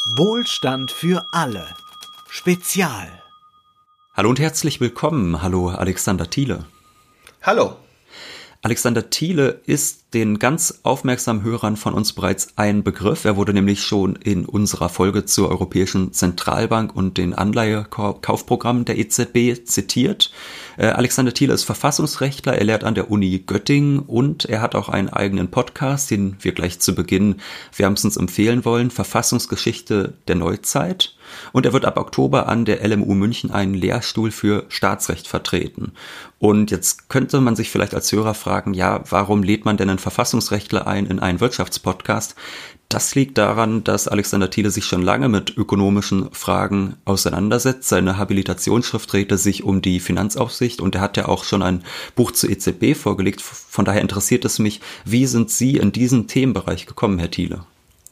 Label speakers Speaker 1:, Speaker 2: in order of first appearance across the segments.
Speaker 1: Wohlstand für alle. Spezial.
Speaker 2: Hallo und herzlich willkommen. Hallo Alexander Thiele.
Speaker 3: Hallo.
Speaker 2: Alexander Thiele ist den ganz aufmerksamen Hörern von uns bereits ein Begriff. Er wurde nämlich schon in unserer Folge zur Europäischen Zentralbank und den Anleihekaufprogrammen der EZB zitiert. Alexander Thiele ist Verfassungsrechtler, er lehrt an der Uni Göttingen und er hat auch einen eigenen Podcast, den wir gleich zu Beginn wärmstens empfehlen wollen, Verfassungsgeschichte der Neuzeit. Und er wird ab Oktober an der LMU München einen Lehrstuhl für Staatsrecht vertreten. Und jetzt könnte man sich vielleicht als Hörer fragen, ja, warum lädt man denn einen Verfassungsrechtler ein in einen Wirtschaftspodcast? Das liegt daran, dass Alexander Thiele sich schon lange mit ökonomischen Fragen auseinandersetzt. Seine Habilitationsschrift drehte sich um die Finanzaufsicht und er hat ja auch schon ein Buch zur EZB vorgelegt. Von daher interessiert es mich, wie sind Sie in diesen Themenbereich gekommen, Herr Thiele?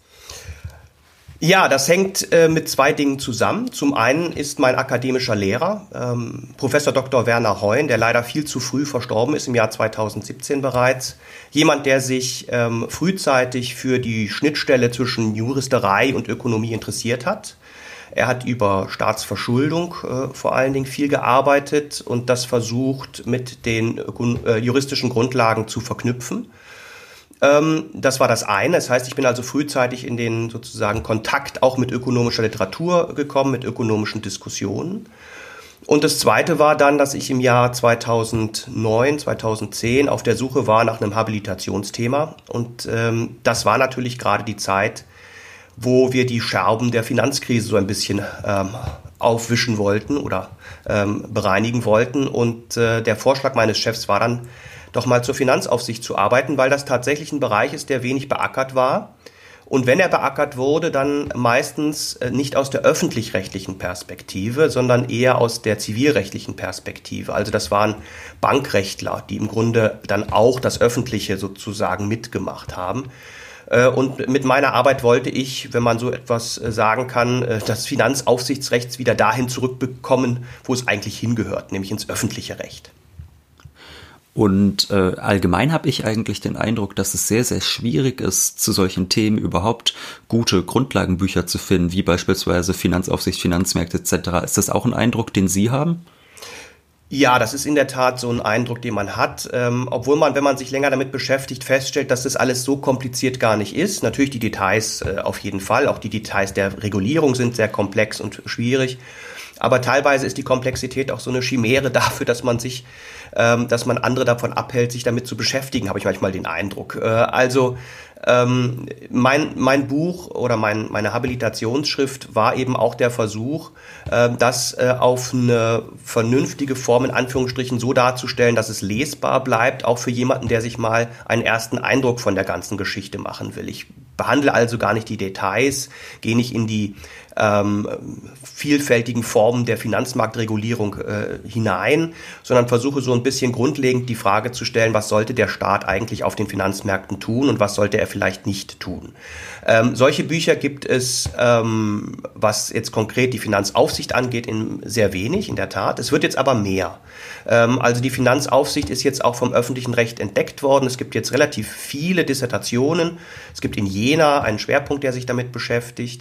Speaker 3: Ja, das hängt mit zwei Dingen zusammen. Zum einen ist mein akademischer Lehrer, Professor Dr. Werner Heun, der leider viel zu früh verstorben ist, im Jahr 2017 bereits, jemand, der sich frühzeitig für die Schnittstelle zwischen Juristerei und Ökonomie interessiert hat. Er hat über Staatsverschuldung vor allen Dingen viel gearbeitet und das versucht, mit den juristischen Grundlagen zu verknüpfen. Das war das eine. Das heißt, ich bin also frühzeitig in den sozusagen Kontakt auch mit ökonomischer Literatur gekommen, mit ökonomischen Diskussionen. Und das zweite war dann, dass ich im Jahr 2009, 2010 auf der Suche war nach einem Habilitationsthema. Und das war natürlich gerade die Zeit, wo wir die Scherben der Finanzkrise so ein bisschen aufwischen wollten oder bereinigen wollten. Und der Vorschlag meines Chefs war dann, doch mal zur Finanzaufsicht zu arbeiten, weil das tatsächlich ein Bereich ist, der wenig beackert war. Und wenn er beackert wurde, dann meistens nicht aus der öffentlich-rechtlichen Perspektive, sondern eher aus der zivilrechtlichen Perspektive. Also das waren Bankrechtler, die im Grunde dann auch das Öffentliche sozusagen mitgemacht haben. Und mit meiner Arbeit wollte ich, wenn man so etwas sagen kann, das Finanzaufsichtsrecht wieder dahin zurückbekommen, wo es eigentlich hingehört, nämlich ins öffentliche Recht.
Speaker 2: Und allgemein habe ich eigentlich den Eindruck, dass es sehr, sehr schwierig ist, zu solchen Themen überhaupt gute Grundlagenbücher zu finden, wie beispielsweise Finanzaufsicht, Finanzmärkte etc. Ist das auch ein Eindruck, den Sie haben?
Speaker 3: Ja, das ist in der Tat so ein Eindruck, den man hat, obwohl man, wenn man sich länger damit beschäftigt, feststellt, dass das alles so kompliziert gar nicht ist. Natürlich die Details auf jeden Fall, auch die Details der Regulierung sind sehr komplex und schwierig. Aber teilweise ist die Komplexität auch so eine Chimäre dafür, dass man andere davon abhält, sich damit zu beschäftigen, habe ich manchmal den Eindruck. Mein Buch oder meine Habilitationsschrift war eben auch der Versuch, das auf eine vernünftige Form in Anführungsstrichen so darzustellen, dass es lesbar bleibt, auch für jemanden, der sich mal einen ersten Eindruck von der ganzen Geschichte machen will. Ich behandle also gar nicht die Details, gehe nicht in die vielfältigen Formen der Finanzmarktregulierung hinein, sondern versuche so ein bisschen grundlegend die Frage zu stellen, was sollte der Staat eigentlich auf den Finanzmärkten tun und was sollte er vielleicht nicht tun. Solche Bücher gibt es, was jetzt konkret die Finanzaufsicht angeht, sehr wenig, in der Tat. Es wird jetzt aber mehr. Also die Finanzaufsicht ist jetzt auch vom öffentlichen Recht entdeckt worden. Es gibt jetzt relativ viele Dissertationen. Es gibt in Jena einen Schwerpunkt, der sich damit beschäftigt.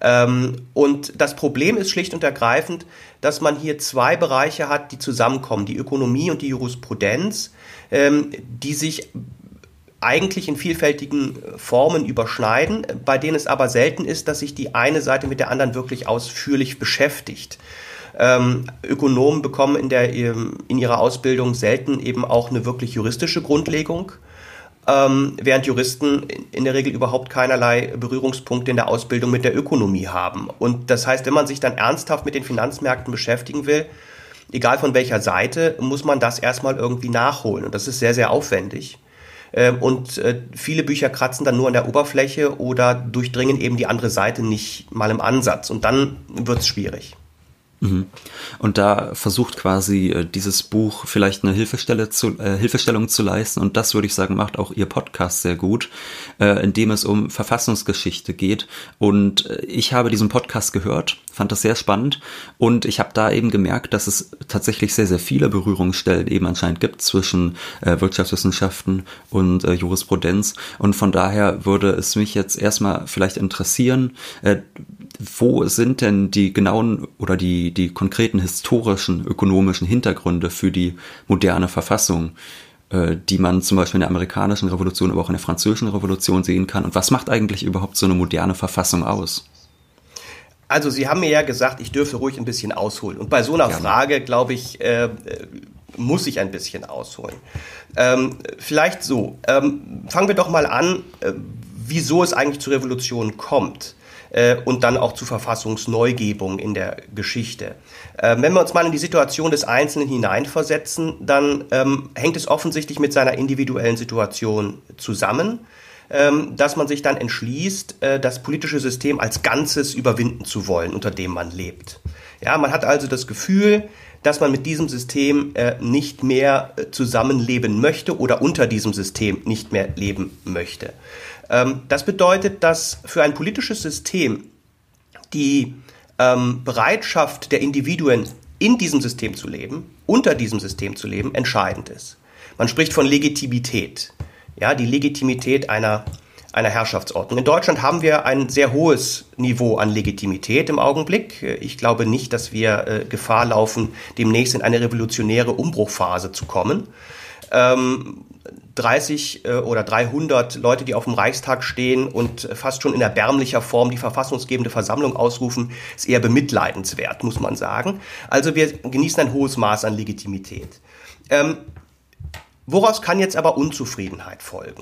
Speaker 3: Und das Problem ist schlicht und ergreifend, dass man hier zwei Bereiche hat, die zusammenkommen, die Ökonomie und die Jurisprudenz, die sich eigentlich in vielfältigen Formen überschneiden, bei denen es aber selten ist, dass sich die eine Seite mit der anderen wirklich ausführlich beschäftigt. Ökonomen bekommen in ihrer Ausbildung selten eben auch eine wirklich juristische Grundlegung, während Juristen in der Regel überhaupt keinerlei Berührungspunkte in der Ausbildung mit der Ökonomie haben. Und das heißt, wenn man sich dann ernsthaft mit den Finanzmärkten beschäftigen will, egal von welcher Seite, muss man das erstmal irgendwie nachholen. Und das ist sehr, sehr aufwendig. Und viele Bücher kratzen dann nur an der Oberfläche oder durchdringen eben die andere Seite nicht mal im Ansatz. Und dann wird es schwierig.
Speaker 2: Und da versucht quasi dieses Buch vielleicht eine Hilfestellung zu leisten, und das, würde ich sagen, macht auch Ihr Podcast sehr gut, indem es um Verfassungsgeschichte geht. Und ich habe diesen Podcast gehört, fand das sehr spannend, und ich habe da eben gemerkt, dass es tatsächlich sehr, sehr viele Berührungsstellen eben anscheinend gibt zwischen Wirtschaftswissenschaften und Jurisprudenz, und von daher würde es mich jetzt erstmal vielleicht interessieren, Wo sind denn die genauen oder die konkreten historischen, ökonomischen Hintergründe für die moderne Verfassung, die man zum Beispiel in der amerikanischen Revolution, aber auch in der französischen Revolution sehen kann? Und was macht eigentlich überhaupt so eine moderne Verfassung aus?
Speaker 3: Also Sie haben mir ja gesagt, ich dürfe ruhig ein bisschen ausholen. Und bei so einer Frage, glaube ich, muss ich ein bisschen ausholen. Vielleicht so. Fangen wir doch mal an, wieso es eigentlich zur Revolution kommt. Und dann auch zu Verfassungsneugebung in der Geschichte. Wenn wir uns mal in die Situation des Einzelnen hineinversetzen, dann hängt es offensichtlich mit seiner individuellen Situation zusammen, dass man sich dann entschließt, das politische System als Ganzes überwinden zu wollen, unter dem man lebt. Ja, man hat also das Gefühl, dass man mit diesem System nicht mehr zusammenleben möchte oder unter diesem System nicht mehr leben möchte. Das bedeutet, dass für ein politisches System die Bereitschaft der Individuen, in diesem System zu leben, unter diesem System zu leben, entscheidend ist. Man spricht von Legitimität, ja, die Legitimität einer Herrschaftsordnung. In Deutschland haben wir ein sehr hohes Niveau an Legitimität im Augenblick. Ich glaube nicht, dass wir Gefahr laufen, demnächst in eine revolutionäre Umbruchphase zu kommen. 30 oder 300 Leute, die auf dem Reichstag stehen und fast schon in erbärmlicher Form die verfassungsgebende Versammlung ausrufen, ist eher bemitleidenswert, muss man sagen. Also wir genießen ein hohes Maß an Legitimität. Woraus kann jetzt aber Unzufriedenheit folgen?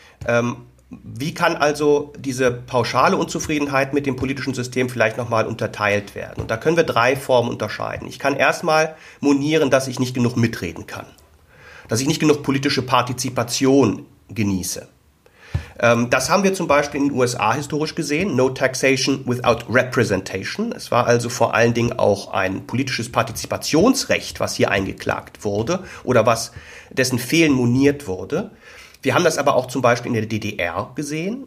Speaker 3: Wie kann also diese pauschale Unzufriedenheit mit dem politischen System vielleicht nochmal unterteilt werden? Und da können wir 3 Formen unterscheiden. Ich kann erstmal monieren, dass ich nicht genug mitreden kann, dass ich nicht genug politische Partizipation genieße. Das haben wir zum Beispiel in den USA historisch gesehen, no taxation without representation. Es war also vor allen Dingen auch ein politisches Partizipationsrecht, was hier eingeklagt wurde oder dessen Fehlen moniert wurde. Wir haben das aber auch zum Beispiel in der DDR gesehen.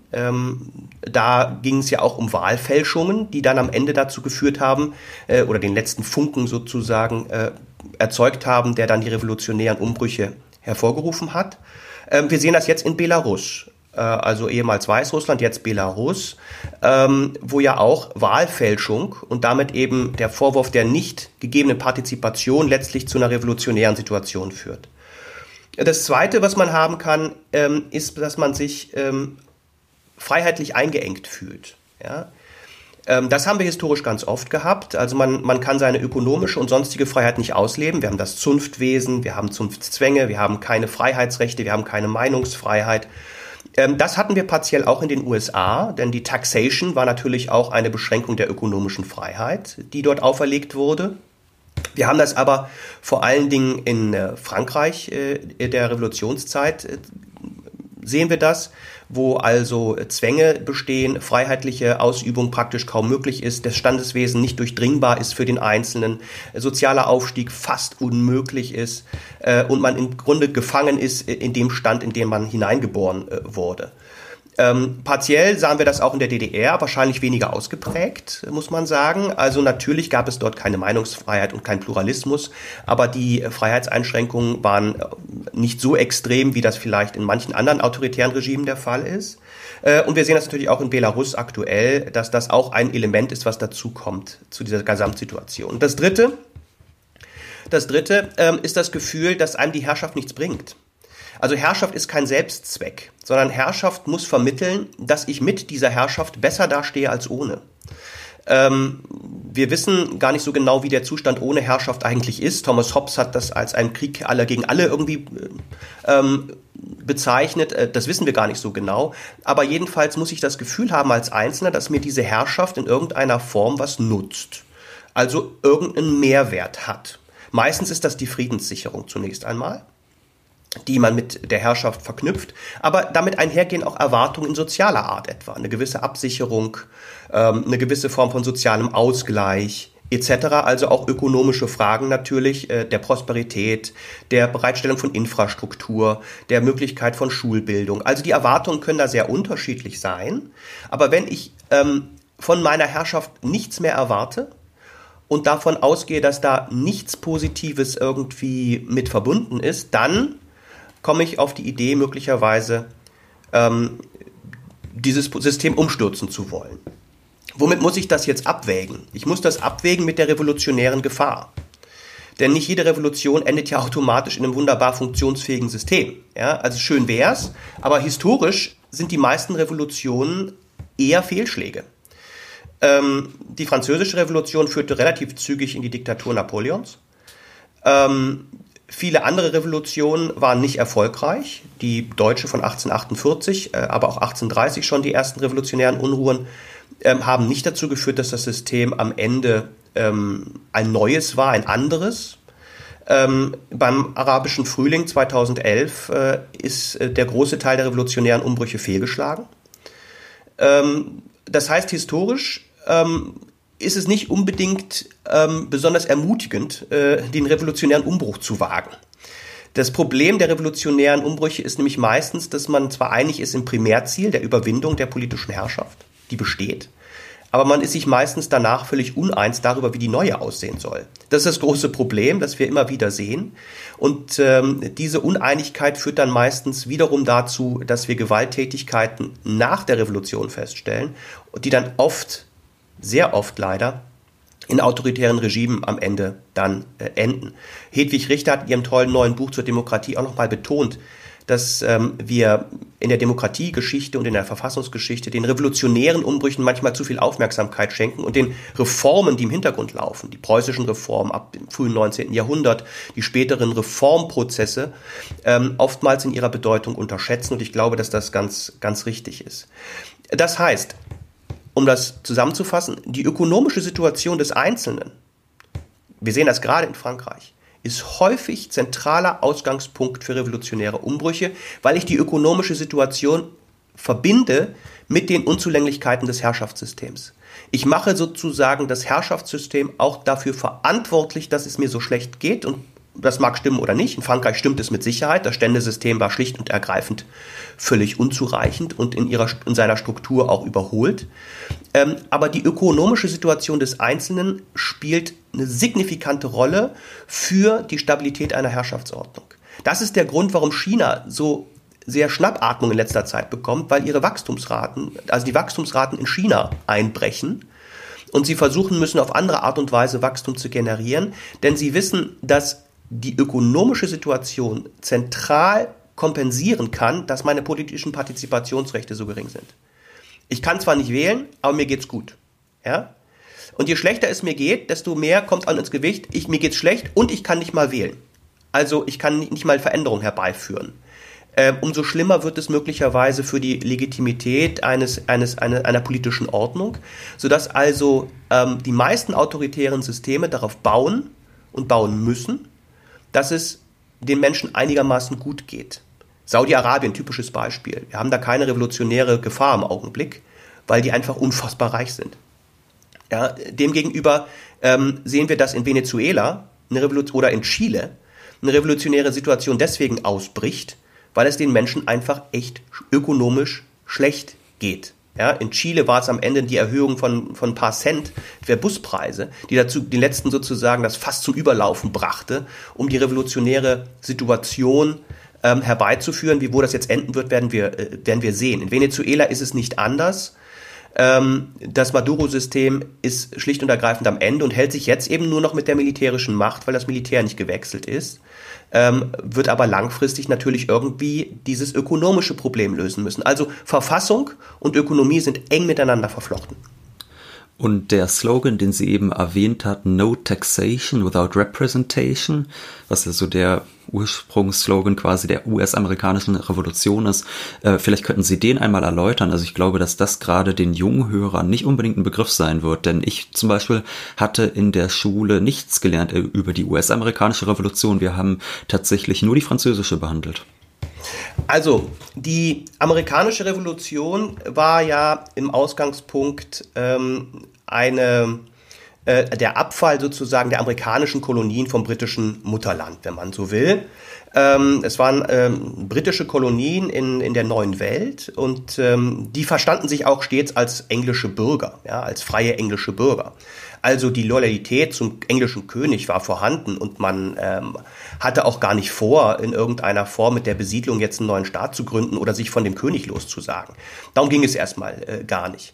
Speaker 3: Da ging es ja auch um Wahlfälschungen, die dann am Ende dazu geführt haben, oder den letzten Funken sozusagen erzeugt haben, der dann die revolutionären Umbrüche hervorgerufen hat. Wir sehen das jetzt in Belarus, also ehemals Weißrussland, jetzt Belarus, wo ja auch Wahlfälschung und damit eben der Vorwurf der nicht gegebenen Partizipation letztlich zu einer revolutionären Situation führt. Das Zweite, was man haben kann, ist, dass man sich freiheitlich eingeengt fühlt. Ja? Das haben wir historisch ganz oft gehabt. Also man kann seine ökonomische und sonstige Freiheit nicht ausleben. Wir haben das Zunftwesen, wir haben Zunftzwänge, wir haben keine Freiheitsrechte, wir haben keine Meinungsfreiheit. Das hatten wir partiell auch in den USA, denn die Taxation war natürlich auch eine Beschränkung der ökonomischen Freiheit, die dort auferlegt wurde. Wir haben das aber vor allen Dingen in Frankreich der Revolutionszeit, sehen wir das, wo also Zwänge bestehen, freiheitliche Ausübung praktisch kaum möglich ist, das Standeswesen nicht durchdringbar ist für den Einzelnen, sozialer Aufstieg fast unmöglich ist und man im Grunde gefangen ist in dem Stand, in dem man hineingeboren wurde. Partiell sahen wir das auch in der DDR, wahrscheinlich weniger ausgeprägt, muss man sagen. Also natürlich gab es dort keine Meinungsfreiheit und kein Pluralismus, aber die Freiheitseinschränkungen waren nicht so extrem, wie das vielleicht in manchen anderen autoritären Regimen der Fall ist. Und wir sehen das natürlich auch in Belarus aktuell, dass das auch ein Element ist, was dazukommt zu dieser Gesamtsituation. Und das Dritte ist das Gefühl, dass einem die Herrschaft nichts bringt. Also Herrschaft ist kein Selbstzweck, sondern Herrschaft muss vermitteln, dass ich mit dieser Herrschaft besser dastehe als ohne. Wir wissen gar nicht so genau, wie der Zustand ohne Herrschaft eigentlich ist. Thomas Hobbes hat das als einen Krieg aller gegen alle irgendwie bezeichnet. Das wissen wir gar nicht so genau. Aber jedenfalls muss ich das Gefühl haben als Einzelner, dass mir diese Herrschaft in irgendeiner Form was nutzt. Also irgendeinen Mehrwert hat. Meistens ist das die Friedenssicherung zunächst einmal, die man mit der Herrschaft verknüpft, aber damit einhergehen auch Erwartungen in sozialer Art etwa, eine gewisse Absicherung, eine gewisse Form von sozialem Ausgleich etc., also auch ökonomische Fragen natürlich, der Prosperität, der Bereitstellung von Infrastruktur, der Möglichkeit von Schulbildung. Also die Erwartungen können da sehr unterschiedlich sein, aber wenn ich von meiner Herrschaft nichts mehr erwarte und davon ausgehe, dass da nichts Positives irgendwie mit verbunden ist, dann komme ich auf die Idee, möglicherweise dieses System umstürzen zu wollen. Womit muss ich das jetzt abwägen? Ich muss das abwägen mit der revolutionären Gefahr. Denn nicht jede Revolution endet ja automatisch in einem wunderbar funktionsfähigen System. Ja, also schön wär's, aber historisch sind die meisten Revolutionen eher Fehlschläge. Die Französische Revolution führte relativ zügig in die Diktatur Napoleons. Viele andere Revolutionen waren nicht erfolgreich. Die deutsche von 1848, aber auch 1830 schon die ersten revolutionären Unruhen haben nicht dazu geführt, dass das System am Ende ein neues war, ein anderes. Beim arabischen Frühling 2011 ist der große Teil der revolutionären Umbrüche fehlgeschlagen. Das heißt, historisch ist es nicht unbedingt besonders ermutigend, den revolutionären Umbruch zu wagen. Das Problem der revolutionären Umbrüche ist nämlich meistens, dass man zwar einig ist im Primärziel der Überwindung der politischen Herrschaft, die besteht, aber man ist sich meistens danach völlig uneins darüber, wie die neue aussehen soll. Das ist das große Problem, das wir immer wieder sehen. Und diese Uneinigkeit führt dann meistens wiederum dazu, dass wir Gewalttätigkeiten nach der Revolution feststellen, die dann oft, sehr oft leider, in autoritären Regimen am Ende dann enden. Hedwig Richter hat in ihrem tollen neuen Buch zur Demokratie auch nochmal betont, dass wir in der Demokratiegeschichte und in der Verfassungsgeschichte den revolutionären Umbrüchen manchmal zu viel Aufmerksamkeit schenken und den Reformen, die im Hintergrund laufen, die preußischen Reformen ab dem frühen 19. Jahrhundert, die späteren Reformprozesse, oftmals in ihrer Bedeutung unterschätzen. Und ich glaube, dass das ganz, ganz richtig ist. Das heißt, um das zusammenzufassen, die ökonomische Situation des Einzelnen, wir sehen das gerade in Frankreich, ist häufig zentraler Ausgangspunkt für revolutionäre Umbrüche, weil ich die ökonomische Situation verbinde mit den Unzulänglichkeiten des Herrschaftssystems. Ich mache sozusagen das Herrschaftssystem auch dafür verantwortlich, dass es mir so schlecht geht, und das mag stimmen oder nicht. In Frankreich stimmt es mit Sicherheit. Das Ständesystem war schlicht und ergreifend völlig unzureichend und in seiner Struktur auch überholt. Aber die ökonomische Situation des Einzelnen spielt eine signifikante Rolle für die Stabilität einer Herrschaftsordnung. Das ist der Grund, warum China so sehr Schnappatmung in letzter Zeit bekommt, weil ihre Wachstumsraten, also die Wachstumsraten in China einbrechen und sie versuchen müssen, auf andere Art und Weise Wachstum zu generieren, denn sie wissen, dass die ökonomische Situation zentral kompensieren kann, dass meine politischen Partizipationsrechte so gering sind. Ich kann zwar nicht wählen, aber mir geht's gut. Ja? Und je schlechter es mir geht, desto mehr kommt an ins Gewicht, mir geht's schlecht und ich kann nicht mal wählen. Also ich kann nicht mal Veränderungen herbeiführen. Umso schlimmer wird es möglicherweise für die Legitimität einer politischen Ordnung, sodass also die meisten autoritären Systeme darauf bauen und bauen müssen, dass es den Menschen einigermaßen gut geht. Saudi-Arabien, typisches Beispiel. Wir haben da keine revolutionäre Gefahr im Augenblick, weil die einfach unfassbar reich sind. Ja, demgegenüber sehen wir, dass in Venezuela oder in Chile eine revolutionäre Situation deswegen ausbricht, weil es den Menschen einfach echt ökonomisch schlecht geht. Ja, in Chile war es am Ende die Erhöhung von ein paar Cent der Buspreise, die dazu die letzten sozusagen das fast zum Überlaufen brachte, um die revolutionäre Situation herbeizuführen. Wo das jetzt enden wird, werden wir sehen. In Venezuela ist es nicht anders. Das Maduro-System ist schlicht und ergreifend am Ende und hält sich jetzt eben nur noch mit der militärischen Macht, weil das Militär nicht gewechselt ist, wird aber langfristig natürlich irgendwie dieses ökonomische Problem lösen müssen. Also Verfassung und Ökonomie sind eng miteinander verflochten.
Speaker 2: Und der Slogan, den Sie eben erwähnt hatten, No Taxation Without Representation, was ja so der Ursprungsslogan quasi der US-amerikanischen Revolution ist, vielleicht könnten Sie den einmal erläutern. Also ich glaube, dass das gerade den jungen Hörern nicht unbedingt ein Begriff sein wird, denn ich zum Beispiel hatte in der Schule nichts gelernt über die US-amerikanische Revolution. Wir haben tatsächlich nur die französische behandelt.
Speaker 3: Also, die amerikanische Revolution war ja im Ausgangspunkt der Abfall sozusagen der amerikanischen Kolonien vom britischen Mutterland, wenn man so will. Es waren britische Kolonien in der neuen Welt und die verstanden sich auch stets als englische Bürger, ja, als freie englische Bürger. Also die Loyalität zum englischen König war vorhanden und man hatte auch gar nicht vor, in irgendeiner Form mit der Besiedlung jetzt einen neuen Staat zu gründen oder sich von dem König loszusagen. Darum ging es erstmal gar nicht.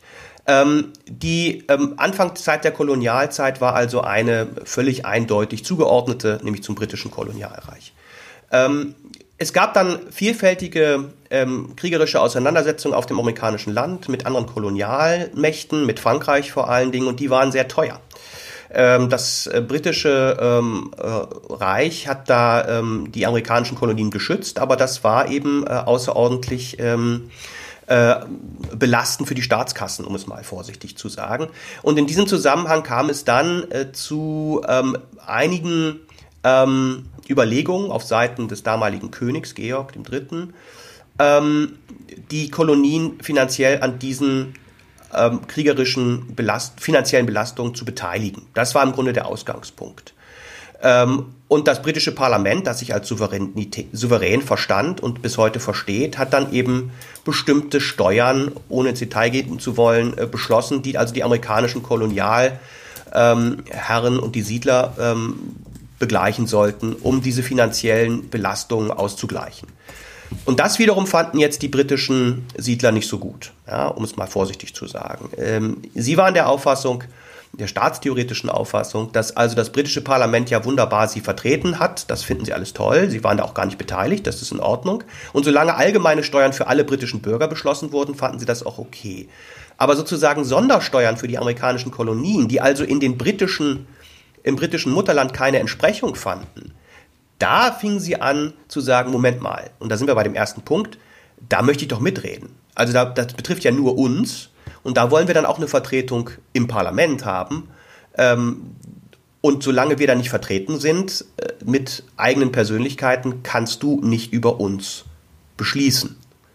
Speaker 3: Die Anfangszeit der Kolonialzeit war also eine völlig eindeutig zugeordnete, nämlich zum britischen Kolonialreich. Es gab dann vielfältige kriegerische Auseinandersetzungen auf dem amerikanischen Land mit anderen Kolonialmächten, mit Frankreich vor allen Dingen, und die waren sehr teuer. Das britische Reich hat da die amerikanischen Kolonien geschützt, aber das war eben außerordentlich belastend für die Staatskassen, um es mal vorsichtig zu sagen. Und in diesem Zusammenhang kam es dann zu einigen Überlegungen auf Seiten des damaligen Königs, Georg III., die Kolonien finanziell an diesen kriegerischen finanziellen Belastungen zu beteiligen. Das war im Grunde der Ausgangspunkt. Und das britische Parlament, das sich als souverän verstand und bis heute versteht, hat dann eben bestimmte Steuern, ohne ins Detail gehen zu wollen, beschlossen, die also die amerikanischen Kolonialherren und die Siedler begleichen sollten, um diese finanziellen Belastungen auszugleichen. Und das wiederum fanden jetzt die britischen Siedler nicht so gut, ja, um es mal vorsichtig zu sagen. Sie waren der Auffassung, der staatstheoretischen Auffassung, dass also das britische Parlament ja wunderbar sie vertreten hat. Das finden sie alles toll. Sie waren da auch gar nicht beteiligt. Das ist in Ordnung. Und solange allgemeine Steuern für alle britischen Bürger beschlossen wurden, fanden sie das auch okay. Aber sozusagen Sondersteuern für die amerikanischen Kolonien, die also im britischen Mutterland keine Entsprechung fanden, da fingen sie an zu sagen, Moment mal, und da sind wir bei dem ersten Punkt, da möchte ich doch mitreden. Also das betrifft ja nur uns. Und da wollen wir dann auch eine Vertretung im Parlament haben. Und solange wir da nicht vertreten sind mit eigenen Persönlichkeiten, kannst du nicht über uns beschließen.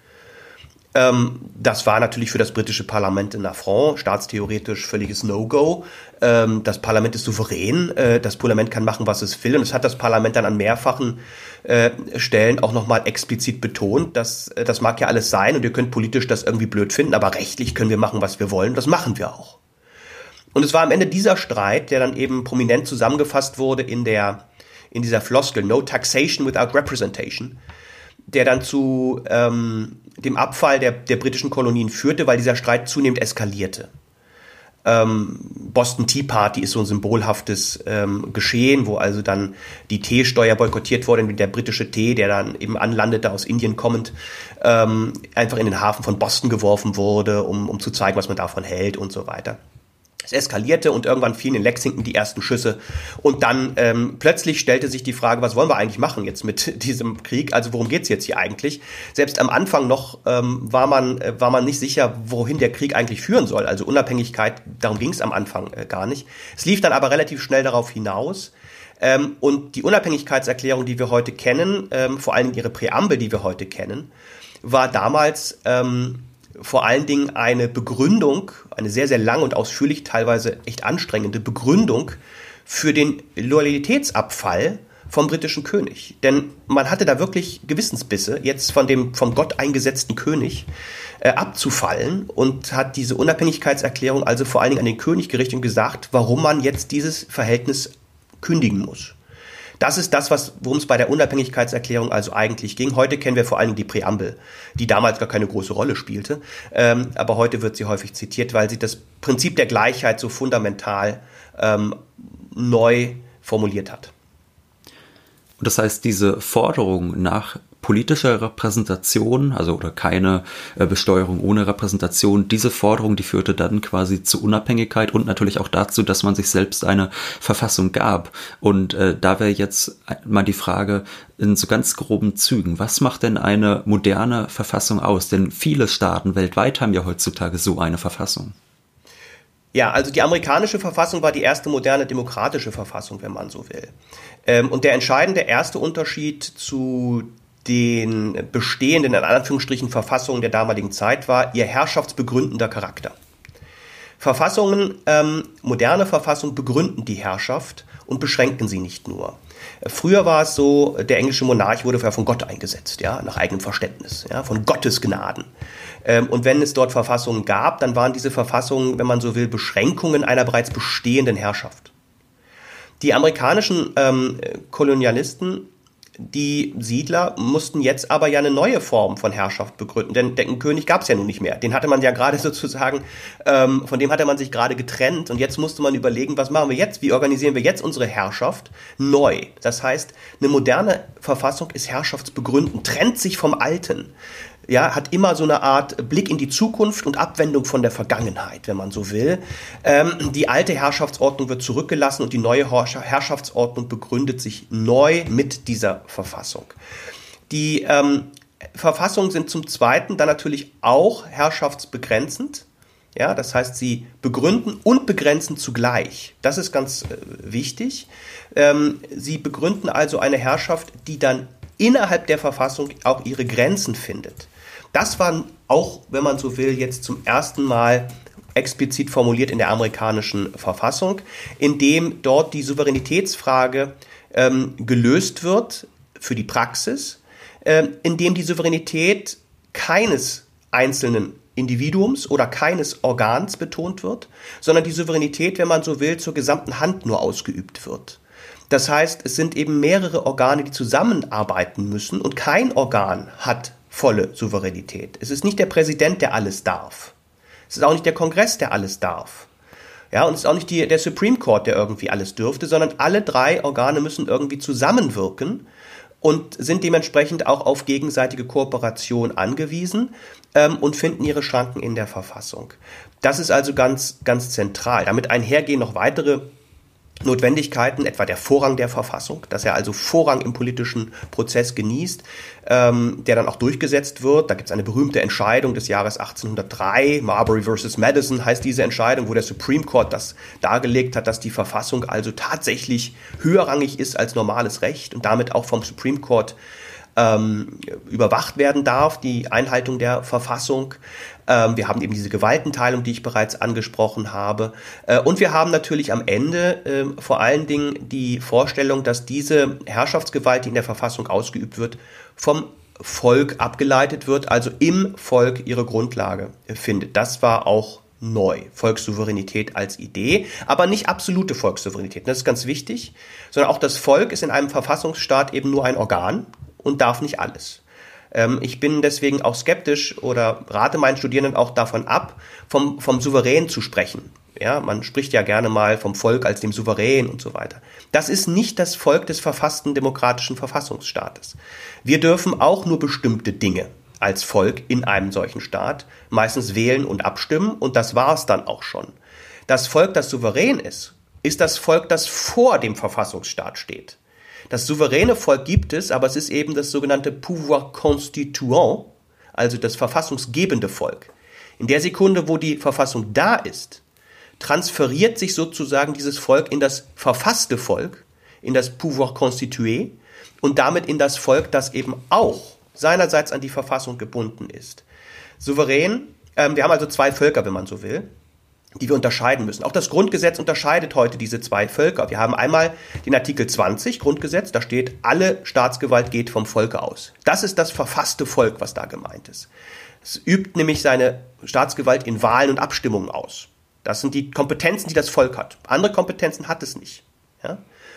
Speaker 3: Das war natürlich für das britische Parlament ein Affront, staatstheoretisch völliges No-Go. Das Parlament ist souverän, das Parlament kann machen, was es will. Und es hat das Parlament dann an mehrfachen Stellen auch nochmal explizit betont, dass das mag ja alles sein und ihr könnt politisch das irgendwie blöd finden, aber rechtlich können wir machen, was wir wollen. Das machen wir auch. Und es war am Ende dieser Streit, der dann eben prominent zusammengefasst wurde in dieser Floskel No Taxation Without Representation, der dann zu dem Abfall der britischen Kolonien führte, weil dieser Streit zunehmend eskalierte. Boston Tea Party ist so ein symbolhaftes Geschehen, wo also dann die Teesteuer boykottiert wurde, der britische Tee, der dann eben anlandete, aus Indien kommend, einfach in den Hafen von Boston geworfen wurde, um zu zeigen, was man davon hält und so weiter. Es eskalierte und irgendwann fielen in Lexington die ersten Schüsse. Und dann plötzlich stellte sich die Frage, was wollen wir eigentlich machen jetzt mit diesem Krieg? Also worum geht's jetzt hier eigentlich? Selbst am Anfang noch war man nicht sicher, wohin der Krieg eigentlich führen soll. Also Unabhängigkeit, darum ging es am Anfang gar nicht. Es lief dann aber relativ schnell darauf hinaus. Und die Unabhängigkeitserklärung, die wir heute kennen, vor allen Dingen ihre Präambel, die wir heute kennen, war damals vor allen Dingen eine Begründung, eine sehr, sehr lange und ausführlich, teilweise echt anstrengende Begründung für den Loyalitätsabfall vom britischen König. Denn man hatte da wirklich Gewissensbisse, jetzt von dem vom Gott eingesetzten König abzufallen und hat diese Unabhängigkeitserklärung also vor allen Dingen an den König gerichtet und gesagt, warum man jetzt dieses Verhältnis kündigen muss. Das ist das, worum es bei der Unabhängigkeitserklärung also eigentlich ging. Heute kennen wir vor allem die Präambel, die damals gar keine große Rolle spielte. Aber heute wird sie häufig zitiert, weil sie das Prinzip der Gleichheit so fundamental neu formuliert hat.
Speaker 2: Und das heißt, diese Forderung nach politischer Repräsentation, also oder keine Besteuerung ohne Repräsentation, diese Forderung, die führte dann quasi zu Unabhängigkeit und natürlich auch dazu, dass man sich selbst eine Verfassung gab. Und da wäre jetzt mal die Frage in so ganz groben Zügen, was macht denn eine moderne Verfassung aus? Denn viele Staaten weltweit haben ja heutzutage so eine Verfassung.
Speaker 3: Ja, also die amerikanische Verfassung war die erste moderne demokratische Verfassung, wenn man so will. Und der entscheidende erste Unterschied zu den bestehenden, in Anführungsstrichen, Verfassungen der damaligen Zeit war ihr herrschaftsbegründender Charakter. Verfassungen, moderne Verfassungen begründen die Herrschaft und beschränken sie nicht nur. Früher war es so, der englische Monarch wurde von Gott eingesetzt, ja, nach eigenem Verständnis, ja, von Gottes Gnaden. Und wenn es dort Verfassungen gab, dann waren diese Verfassungen, wenn man so will, Beschränkungen einer bereits bestehenden Herrschaft. Die amerikanischen Kolonialisten Die Siedler mussten jetzt aber ja eine neue Form von Herrschaft begründen, denn den König gab es ja nun nicht mehr. Den hatte man ja gerade sozusagen, von dem hatte man sich gerade getrennt und jetzt musste man überlegen, was machen wir jetzt, wie organisieren wir jetzt unsere Herrschaft neu. Das heißt, eine moderne Verfassung ist herrschaftsbegründend, trennt sich vom Alten. Ja, hat immer so eine Art Blick in die Zukunft und Abwendung von der Vergangenheit, wenn man so will. Die alte Herrschaftsordnung wird zurückgelassen und die neue Herrschaftsordnung begründet sich neu mit dieser Verfassung. Die Verfassungen sind zum Zweiten dann natürlich auch herrschaftsbegrenzend. Ja, das heißt, sie begründen und begrenzen zugleich. Das ist ganz wichtig. Sie begründen also eine Herrschaft, die dann innerhalb der Verfassung auch ihre Grenzen findet. Das war auch, wenn man so will, jetzt zum ersten Mal explizit formuliert in der amerikanischen Verfassung, indem dort die Souveränitätsfrage gelöst wird für die Praxis, indem die Souveränität keines einzelnen Individuums oder keines Organs betont wird, sondern die Souveränität, wenn man so will, zur gesamten Hand nur ausgeübt wird. Das heißt, es sind eben mehrere Organe, die zusammenarbeiten müssen und kein Organ hat volle Souveränität. Es ist nicht der Präsident, der alles darf. Es ist auch nicht der Kongress, der alles darf. Ja, und es ist auch nicht der Supreme Court, der irgendwie alles dürfte, sondern alle drei Organe müssen irgendwie zusammenwirken und sind dementsprechend auch auf gegenseitige Kooperation angewiesen und finden ihre Schranken in der Verfassung. Das ist also ganz, ganz zentral. Damit einhergehen noch weitere Notwendigkeiten, etwa der Vorrang der Verfassung, dass er also Vorrang im politischen Prozess genießt, der dann auch durchgesetzt wird. Da gibt es eine berühmte Entscheidung des Jahres 1803, Marbury vs. Madison heißt diese Entscheidung, wo der Supreme Court das dargelegt hat, dass die Verfassung also tatsächlich höherrangig ist als normales Recht und damit auch vom Supreme Court überwacht werden darf, die Einhaltung der Verfassung. Wir haben eben diese Gewaltenteilung, die ich bereits angesprochen habe. Und wir haben natürlich am Ende vor allen Dingen die Vorstellung, dass diese Herrschaftsgewalt, die in der Verfassung ausgeübt wird, vom Volk abgeleitet wird, also im Volk ihre Grundlage findet. Das war auch neu, Volkssouveränität als Idee, aber nicht absolute Volkssouveränität. Das ist ganz wichtig, sondern auch das Volk ist in einem Verfassungsstaat eben nur ein Organ und darf nicht alles. Ich bin deswegen auch skeptisch oder rate meinen Studierenden auch davon ab, vom Souverän zu sprechen. Ja, man spricht ja gerne mal vom Volk als dem Souverän und so weiter. Das ist nicht das Volk des verfassten demokratischen Verfassungsstaates. Wir dürfen auch nur bestimmte Dinge als Volk in einem solchen Staat meistens wählen und abstimmen und das war es dann auch schon. Das Volk, das souverän ist das Volk, das vor dem Verfassungsstaat steht. Das souveräne Volk gibt es, aber es ist eben das sogenannte Pouvoir constituant, also das verfassungsgebende Volk. In der Sekunde, wo die Verfassung da ist, transferiert sich sozusagen dieses Volk in das verfasste Volk, in das Pouvoir constitué und damit in das Volk, das eben auch seinerseits an die Verfassung gebunden ist. Souverän, wir haben also zwei Völker, wenn man so will, die wir unterscheiden müssen. Auch das Grundgesetz unterscheidet heute diese zwei Völker. Wir haben einmal den Artikel 20 Grundgesetz, da steht, alle Staatsgewalt geht vom Volke aus. Das ist das verfasste Volk, was da gemeint ist. Es übt nämlich seine Staatsgewalt in Wahlen und Abstimmungen aus. Das sind die Kompetenzen, die das Volk hat. Andere Kompetenzen hat es nicht. Ja?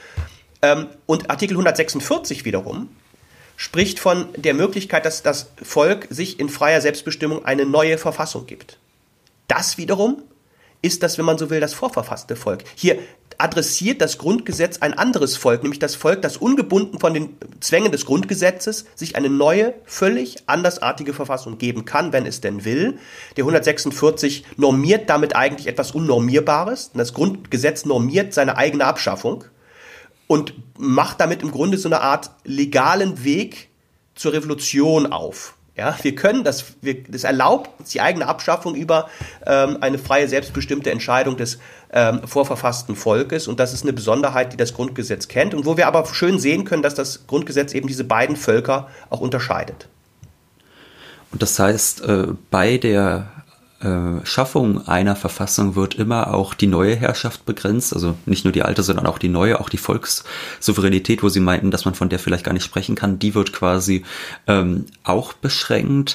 Speaker 3: Und Artikel 146 wiederum spricht von der Möglichkeit, dass das Volk sich in freier Selbstbestimmung eine neue Verfassung gibt. Das wiederum ist das, wenn man so will, das vorverfasste Volk. Hier adressiert das Grundgesetz ein anderes Volk, nämlich das Volk, das ungebunden von den Zwängen des Grundgesetzes sich eine neue, völlig andersartige Verfassung geben kann, wenn es denn will. Der 146 normiert damit eigentlich etwas Unnormierbares. Das Grundgesetz normiert seine eigene Abschaffung und macht damit im Grunde so eine Art legalen Weg zur Revolution auf. Ja, das erlaubt die eigene Abschaffung über eine freie, selbstbestimmte Entscheidung des vorverfassten Volkes. Und das ist eine Besonderheit, die das Grundgesetz kennt und wo wir aber schön sehen können, dass das Grundgesetz eben diese beiden Völker auch unterscheidet.
Speaker 2: Und das heißt, bei der Schaffung einer Verfassung wird immer auch die neue Herrschaft begrenzt, also nicht nur die alte, sondern auch die neue, auch die Volkssouveränität, wo Sie meinten, dass man von der vielleicht gar nicht sprechen kann, die wird quasi auch beschränkt.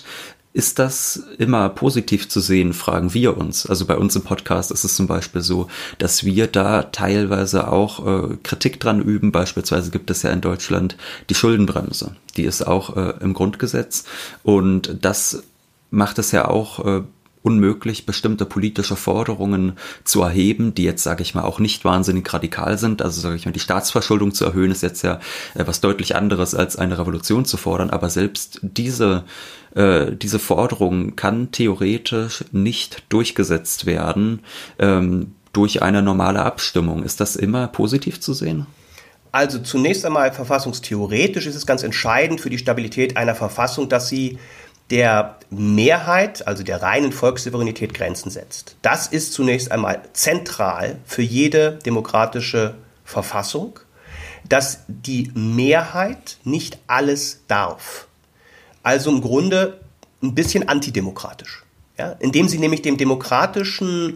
Speaker 2: Ist das immer positiv zu sehen, fragen wir uns. Also bei uns im Podcast ist es zum Beispiel so, dass wir da teilweise auch Kritik dran üben. Beispielsweise gibt es ja in Deutschland die Schuldenbremse. Die ist auch im Grundgesetz. Und das macht es ja auch unmöglich, bestimmte politische Forderungen zu erheben, die jetzt, sage ich mal, auch nicht wahnsinnig radikal sind. Also, sage ich mal, die Staatsverschuldung zu erhöhen, ist jetzt ja was deutlich anderes, als eine Revolution zu fordern. Aber selbst diese Forderung kann theoretisch nicht durchgesetzt werden durch eine normale Abstimmung. Ist das immer positiv zu sehen?
Speaker 3: Also zunächst einmal verfassungstheoretisch ist es ganz entscheidend für die Stabilität einer Verfassung, dass sie der Mehrheit, also der reinen Volkssouveränität, Grenzen setzt. Das ist zunächst einmal zentral für jede demokratische Verfassung, dass die Mehrheit nicht alles darf. Also im Grunde ein bisschen antidemokratisch. Ja? Indem sie nämlich der demokratischen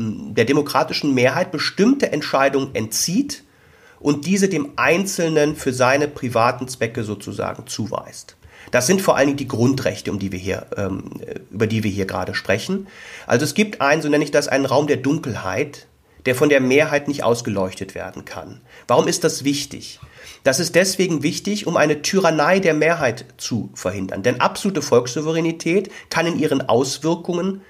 Speaker 3: Mehrheit bestimmte Entscheidungen entzieht und diese dem Einzelnen für seine privaten Zwecke sozusagen zuweist. Das sind vor allen Dingen die Grundrechte, über die wir hier gerade sprechen. Also es gibt so nenne ich das, einen Raum der Dunkelheit, der von der Mehrheit nicht ausgeleuchtet werden kann. Warum ist das wichtig? Das ist deswegen wichtig, um eine Tyrannei der Mehrheit zu verhindern. Denn absolute Volkssouveränität kann in ihren Auswirkungen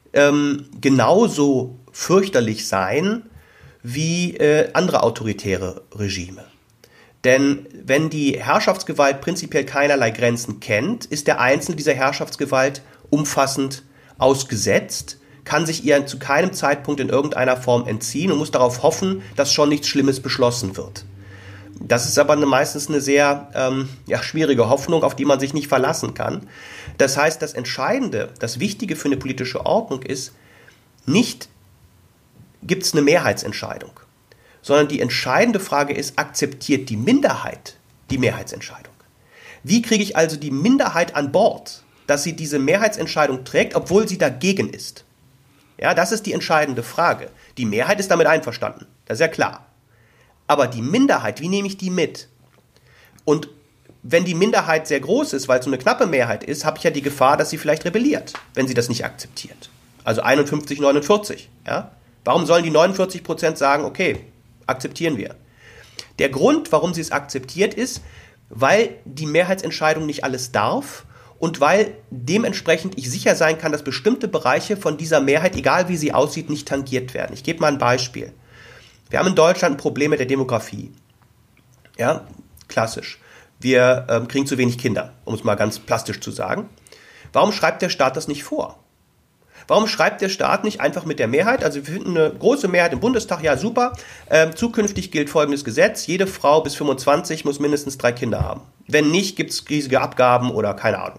Speaker 3: genauso fürchterlich sein wie andere autoritäre Regime. Denn wenn die Herrschaftsgewalt prinzipiell keinerlei Grenzen kennt, ist der Einzelne dieser Herrschaftsgewalt umfassend ausgesetzt, kann sich ihr zu keinem Zeitpunkt in irgendeiner Form entziehen und muss darauf hoffen, dass schon nichts Schlimmes beschlossen wird. Das ist aber meistens eine sehr schwierige Hoffnung, auf die man sich nicht verlassen kann. Das heißt, das Entscheidende, das Wichtige für eine politische Ordnung ist, nicht gibt es eine Mehrheitsentscheidung, sondern die entscheidende Frage ist, akzeptiert die Minderheit die Mehrheitsentscheidung? Wie kriege ich also die Minderheit an Bord, dass sie diese Mehrheitsentscheidung trägt, obwohl sie dagegen ist? Ja, das ist die entscheidende Frage. Die Mehrheit ist damit einverstanden, das ist ja klar. Aber die Minderheit, wie nehme ich die mit? Und wenn die Minderheit sehr groß ist, weil es so eine knappe Mehrheit ist, habe ich ja die Gefahr, dass sie vielleicht rebelliert, wenn sie das nicht akzeptiert. Also 51-49, ja? Warum sollen die 49% sagen, okay, akzeptieren wir? Der Grund, warum sie es akzeptiert, ist, weil die Mehrheitsentscheidung nicht alles darf und weil dementsprechend ich sicher sein kann, dass bestimmte Bereiche von dieser Mehrheit, egal wie sie aussieht, nicht tangiert werden. Ich gebe mal ein Beispiel. Wir haben in Deutschland ein Problem mit der Demografie. Ja, klassisch. Wir kriegen zu wenig Kinder, um es mal ganz plastisch zu sagen. Warum schreibt der Staat das nicht vor? Warum schreibt der Staat nicht einfach mit der Mehrheit, also wir finden eine große Mehrheit im Bundestag, ja super, zukünftig gilt folgendes Gesetz, jede Frau bis 25 muss mindestens 3 Kinder haben. Wenn nicht, gibt es riesige Abgaben oder keine Ahnung.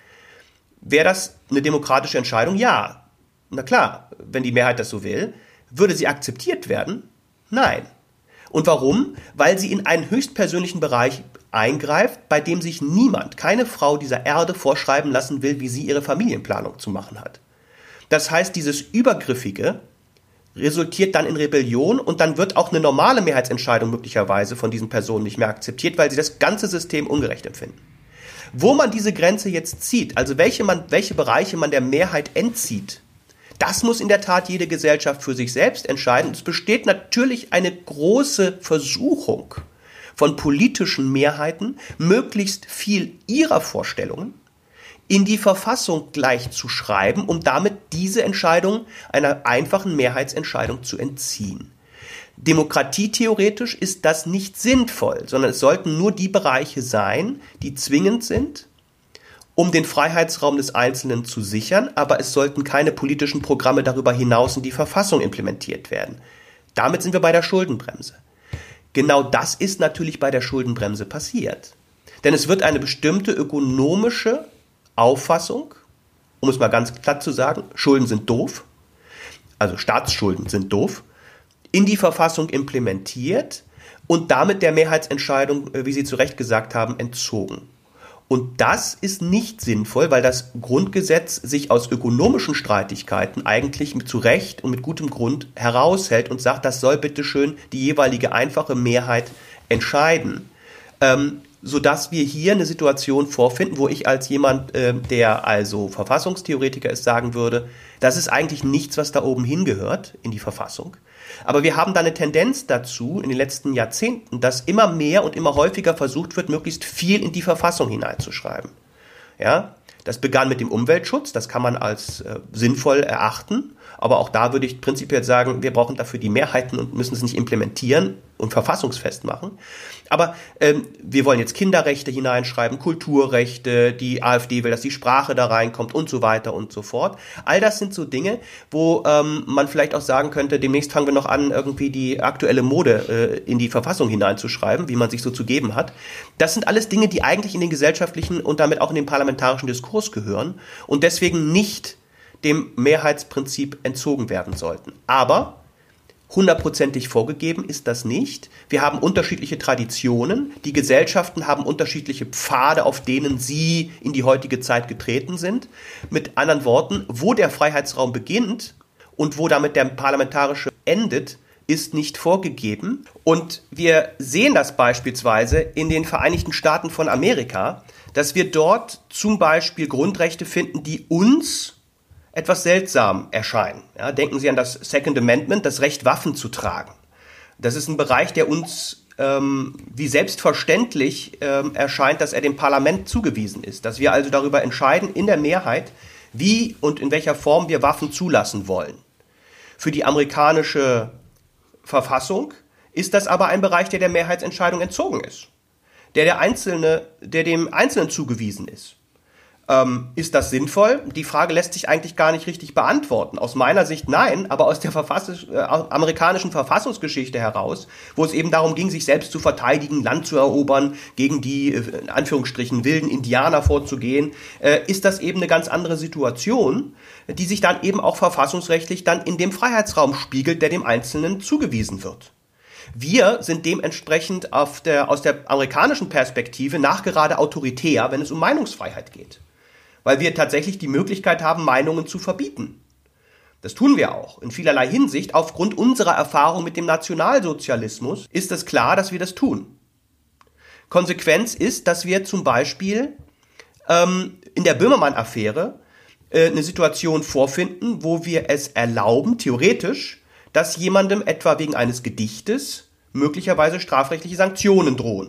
Speaker 3: Wäre das eine demokratische Entscheidung? Ja. Na klar, wenn die Mehrheit das so will. Würde sie akzeptiert werden? Nein. Und warum? Weil sie in einen höchstpersönlichen Bereich eingreift, bei dem sich niemand, keine Frau dieser Erde vorschreiben lassen will, wie sie ihre Familienplanung zu machen hat. Das heißt, dieses Übergriffige resultiert dann in Rebellion und dann wird auch eine normale Mehrheitsentscheidung möglicherweise von diesen Personen nicht mehr akzeptiert, weil sie das ganze System ungerecht empfinden. Wo man diese Grenze jetzt zieht, also welche Bereiche man der Mehrheit entzieht, das muss in der Tat jede Gesellschaft für sich selbst entscheiden. Es besteht natürlich eine große Versuchung von politischen Mehrheiten, möglichst viel ihrer Vorstellungen in die Verfassung gleich zu schreiben, um damit diese Entscheidung einer einfachen Mehrheitsentscheidung zu entziehen. Demokratietheoretisch ist das nicht sinnvoll, sondern es sollten nur die Bereiche sein, die zwingend sind, um den Freiheitsraum des Einzelnen zu sichern, aber es sollten keine politischen Programme darüber hinaus in die Verfassung implementiert werden. Damit sind wir bei der Schuldenbremse. Genau das ist natürlich bei der Schuldenbremse passiert. Denn es wird eine bestimmte ökonomische Auffassung, um es mal ganz platt zu sagen, Schulden sind doof, also Staatsschulden sind doof, in die Verfassung implementiert und damit der Mehrheitsentscheidung, wie Sie zu Recht gesagt haben, entzogen. Und das ist nicht sinnvoll, weil das Grundgesetz sich aus ökonomischen Streitigkeiten eigentlich zu Recht und mit gutem Grund heraushält und sagt, das soll bitteschön die jeweilige einfache Mehrheit entscheiden. sodass wir hier eine Situation vorfinden, wo ich als jemand, der also Verfassungstheoretiker ist, sagen würde, das ist eigentlich nichts, was da oben hingehört in die Verfassung. Aber wir haben da eine Tendenz dazu in den letzten Jahrzehnten, dass immer mehr und immer häufiger versucht wird, möglichst viel in die Verfassung hineinzuschreiben. Ja, das begann mit dem Umweltschutz, das kann man als sinnvoll erachten. Aber auch da würde ich prinzipiell sagen, wir brauchen dafür die Mehrheiten und müssen es nicht implementieren und verfassungsfest machen. Aber wir wollen jetzt Kinderrechte hineinschreiben, Kulturrechte, die AfD will, dass die Sprache da reinkommt und so weiter und so fort. All das sind so Dinge, wo man vielleicht auch sagen könnte, demnächst fangen wir noch an, irgendwie die aktuelle Mode in die Verfassung hineinzuschreiben, wie man sich so zu geben hat. Das sind alles Dinge, die eigentlich in den gesellschaftlichen und damit auch in den parlamentarischen Diskurs gehören und deswegen nicht dem Mehrheitsprinzip entzogen werden sollten. Aber hundertprozentig vorgegeben ist das nicht. Wir haben unterschiedliche Traditionen. Die Gesellschaften haben unterschiedliche Pfade, auf denen sie in die heutige Zeit getreten sind. Mit anderen Worten, wo der Freiheitsraum beginnt und wo damit der parlamentarische endet, ist nicht vorgegeben. Und wir sehen das beispielsweise in den Vereinigten Staaten von Amerika, dass wir dort zum Beispiel Grundrechte finden, die uns etwas seltsam erscheinen. Ja, denken Sie an das Second Amendment, das Recht, Waffen zu tragen. Das ist ein Bereich, der uns wie selbstverständlich erscheint, dass er dem Parlament zugewiesen ist. Dass wir also darüber entscheiden in der Mehrheit, wie und in welcher Form wir Waffen zulassen wollen. Für die amerikanische Verfassung ist das aber ein Bereich, der Mehrheitsentscheidung entzogen ist. Der dem Einzelnen zugewiesen ist. Ist das sinnvoll? Die Frage lässt sich eigentlich gar nicht richtig beantworten. Aus meiner Sicht nein, aber aus der amerikanischen Verfassungsgeschichte heraus, wo es eben darum ging, sich selbst zu verteidigen, Land zu erobern, gegen die, in Anführungsstrichen, wilden Indianer vorzugehen, ist das eben eine ganz andere Situation, die sich dann eben auch verfassungsrechtlich dann in dem Freiheitsraum spiegelt, der dem Einzelnen zugewiesen wird. Wir sind dementsprechend aus der amerikanischen Perspektive nachgerade autoritär, wenn es um Meinungsfreiheit geht. Weil wir tatsächlich die Möglichkeit haben, Meinungen zu verbieten. Das tun wir auch. In vielerlei Hinsicht, aufgrund unserer Erfahrung mit dem Nationalsozialismus, ist es klar, dass wir das tun. Konsequenz ist, dass wir zum Beispiel in der Böhmermann-Affäre eine Situation vorfinden, wo wir es erlauben, theoretisch, dass jemandem etwa wegen eines Gedichtes möglicherweise strafrechtliche Sanktionen drohen.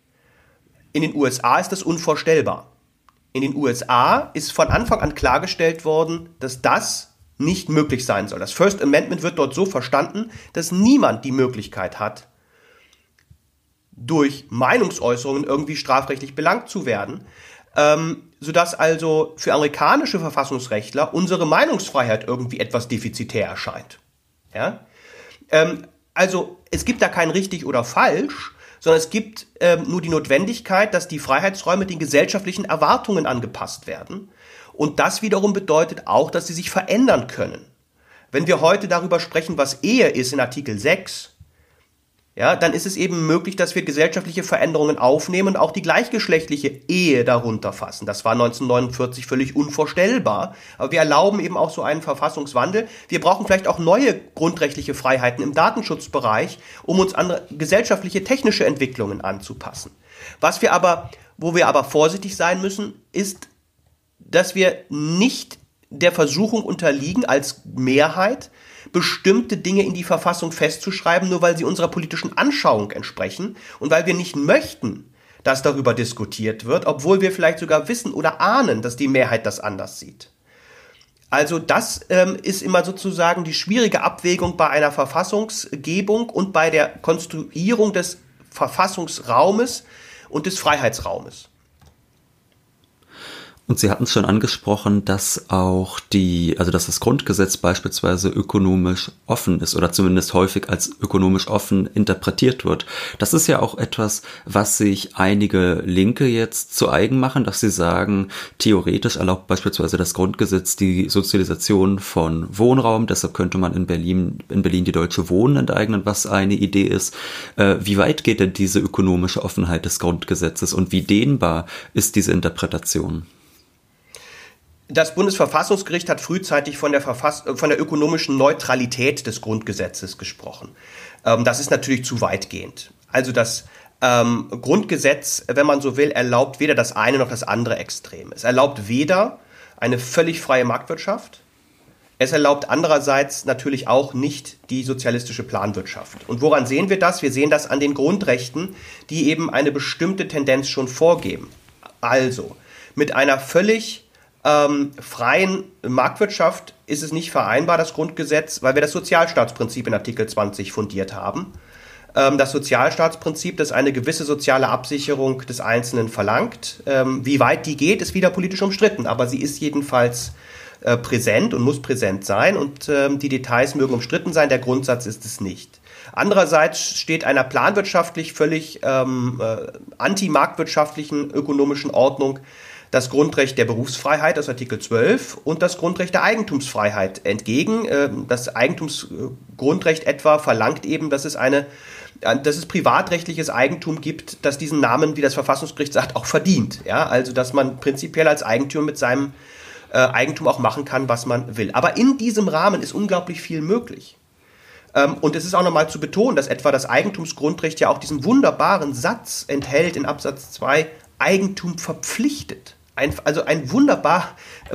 Speaker 3: In den USA ist das unvorstellbar. In den USA ist von Anfang an klargestellt worden, dass das nicht möglich sein soll. Das First Amendment wird dort so verstanden, dass niemand die Möglichkeit hat, durch Meinungsäußerungen irgendwie strafrechtlich belangt zu werden, sodass also für amerikanische Verfassungsrechtler unsere Meinungsfreiheit irgendwie etwas defizitär erscheint. Ja? Also es gibt da kein richtig oder falsch, sondern es gibt nur die Notwendigkeit, dass die Freiheitsräume den gesellschaftlichen Erwartungen angepasst werden. Und das wiederum bedeutet auch, dass sie sich verändern können. Wenn wir heute darüber sprechen, was Ehe ist in Artikel 6, ja, dann ist es eben möglich, dass wir gesellschaftliche Veränderungen aufnehmen und auch die gleichgeschlechtliche Ehe darunter fassen. Das war 1949 völlig unvorstellbar. Aber wir erlauben eben auch so einen Verfassungswandel. Wir brauchen vielleicht auch neue grundrechtliche Freiheiten im Datenschutzbereich, um uns an gesellschaftliche, technische Entwicklungen anzupassen. Wo wir aber vorsichtig sein müssen, ist, dass wir nicht der Versuchung unterliegen, als Mehrheit bestimmte Dinge in die Verfassung festzuschreiben, nur weil sie unserer politischen Anschauung entsprechen und weil wir nicht möchten, dass darüber diskutiert wird, obwohl wir vielleicht sogar wissen oder ahnen, dass die Mehrheit das anders sieht. Also das ist immer sozusagen die schwierige Abwägung bei einer Verfassungsgebung und bei der Konstruierung des Verfassungsraumes und des Freiheitsraumes.
Speaker 2: Und Sie hatten es schon angesprochen, dass dass das Grundgesetz beispielsweise ökonomisch offen ist oder zumindest häufig als ökonomisch offen interpretiert wird. Das ist ja auch etwas, was sich einige Linke jetzt zu eigen machen, dass sie sagen, theoretisch erlaubt beispielsweise das Grundgesetz die Sozialisation von Wohnraum, deshalb könnte man in Berlin die Deutsche Wohnen enteignen, was eine Idee ist. Wie weit geht denn diese ökonomische Offenheit des Grundgesetzes und wie dehnbar ist diese Interpretation?
Speaker 3: Das Bundesverfassungsgericht hat frühzeitig von der ökonomischen Neutralität des Grundgesetzes gesprochen. Das ist natürlich zu weitgehend. Also das Grundgesetz, wenn man so will, erlaubt weder das eine noch das andere Extrem. Es erlaubt weder eine völlig freie Marktwirtschaft, es erlaubt andererseits natürlich auch nicht die sozialistische Planwirtschaft. Und woran sehen wir das? Wir sehen das an den Grundrechten, die eben eine bestimmte Tendenz schon vorgeben. Also, mit einer völlig freien Marktwirtschaft ist es nicht vereinbar, das Grundgesetz, weil wir das Sozialstaatsprinzip in Artikel 20 fundiert haben. Das Sozialstaatsprinzip, das eine gewisse soziale Absicherung des Einzelnen verlangt. Wie weit die geht, ist wieder politisch umstritten, aber sie ist jedenfalls präsent und muss präsent sein und die Details mögen umstritten sein, der Grundsatz ist es nicht. Andererseits steht einer planwirtschaftlich völlig antimarktwirtschaftlichen ökonomischen Ordnung das Grundrecht der Berufsfreiheit aus Artikel 12 und das Grundrecht der Eigentumsfreiheit entgegen. Das Eigentumsgrundrecht etwa verlangt eben, dass es privatrechtliches Eigentum gibt, das diesen Namen, wie das Verfassungsgericht sagt, auch verdient. Ja, also dass man prinzipiell als Eigentümer mit seinem Eigentum auch machen kann, was man will. Aber in diesem Rahmen ist unglaublich viel möglich. Und es ist auch nochmal zu betonen, dass etwa das Eigentumsgrundrecht ja auch diesen wunderbaren Satz enthält in Absatz 2, Eigentum verpflichtet. Also eine wunderbar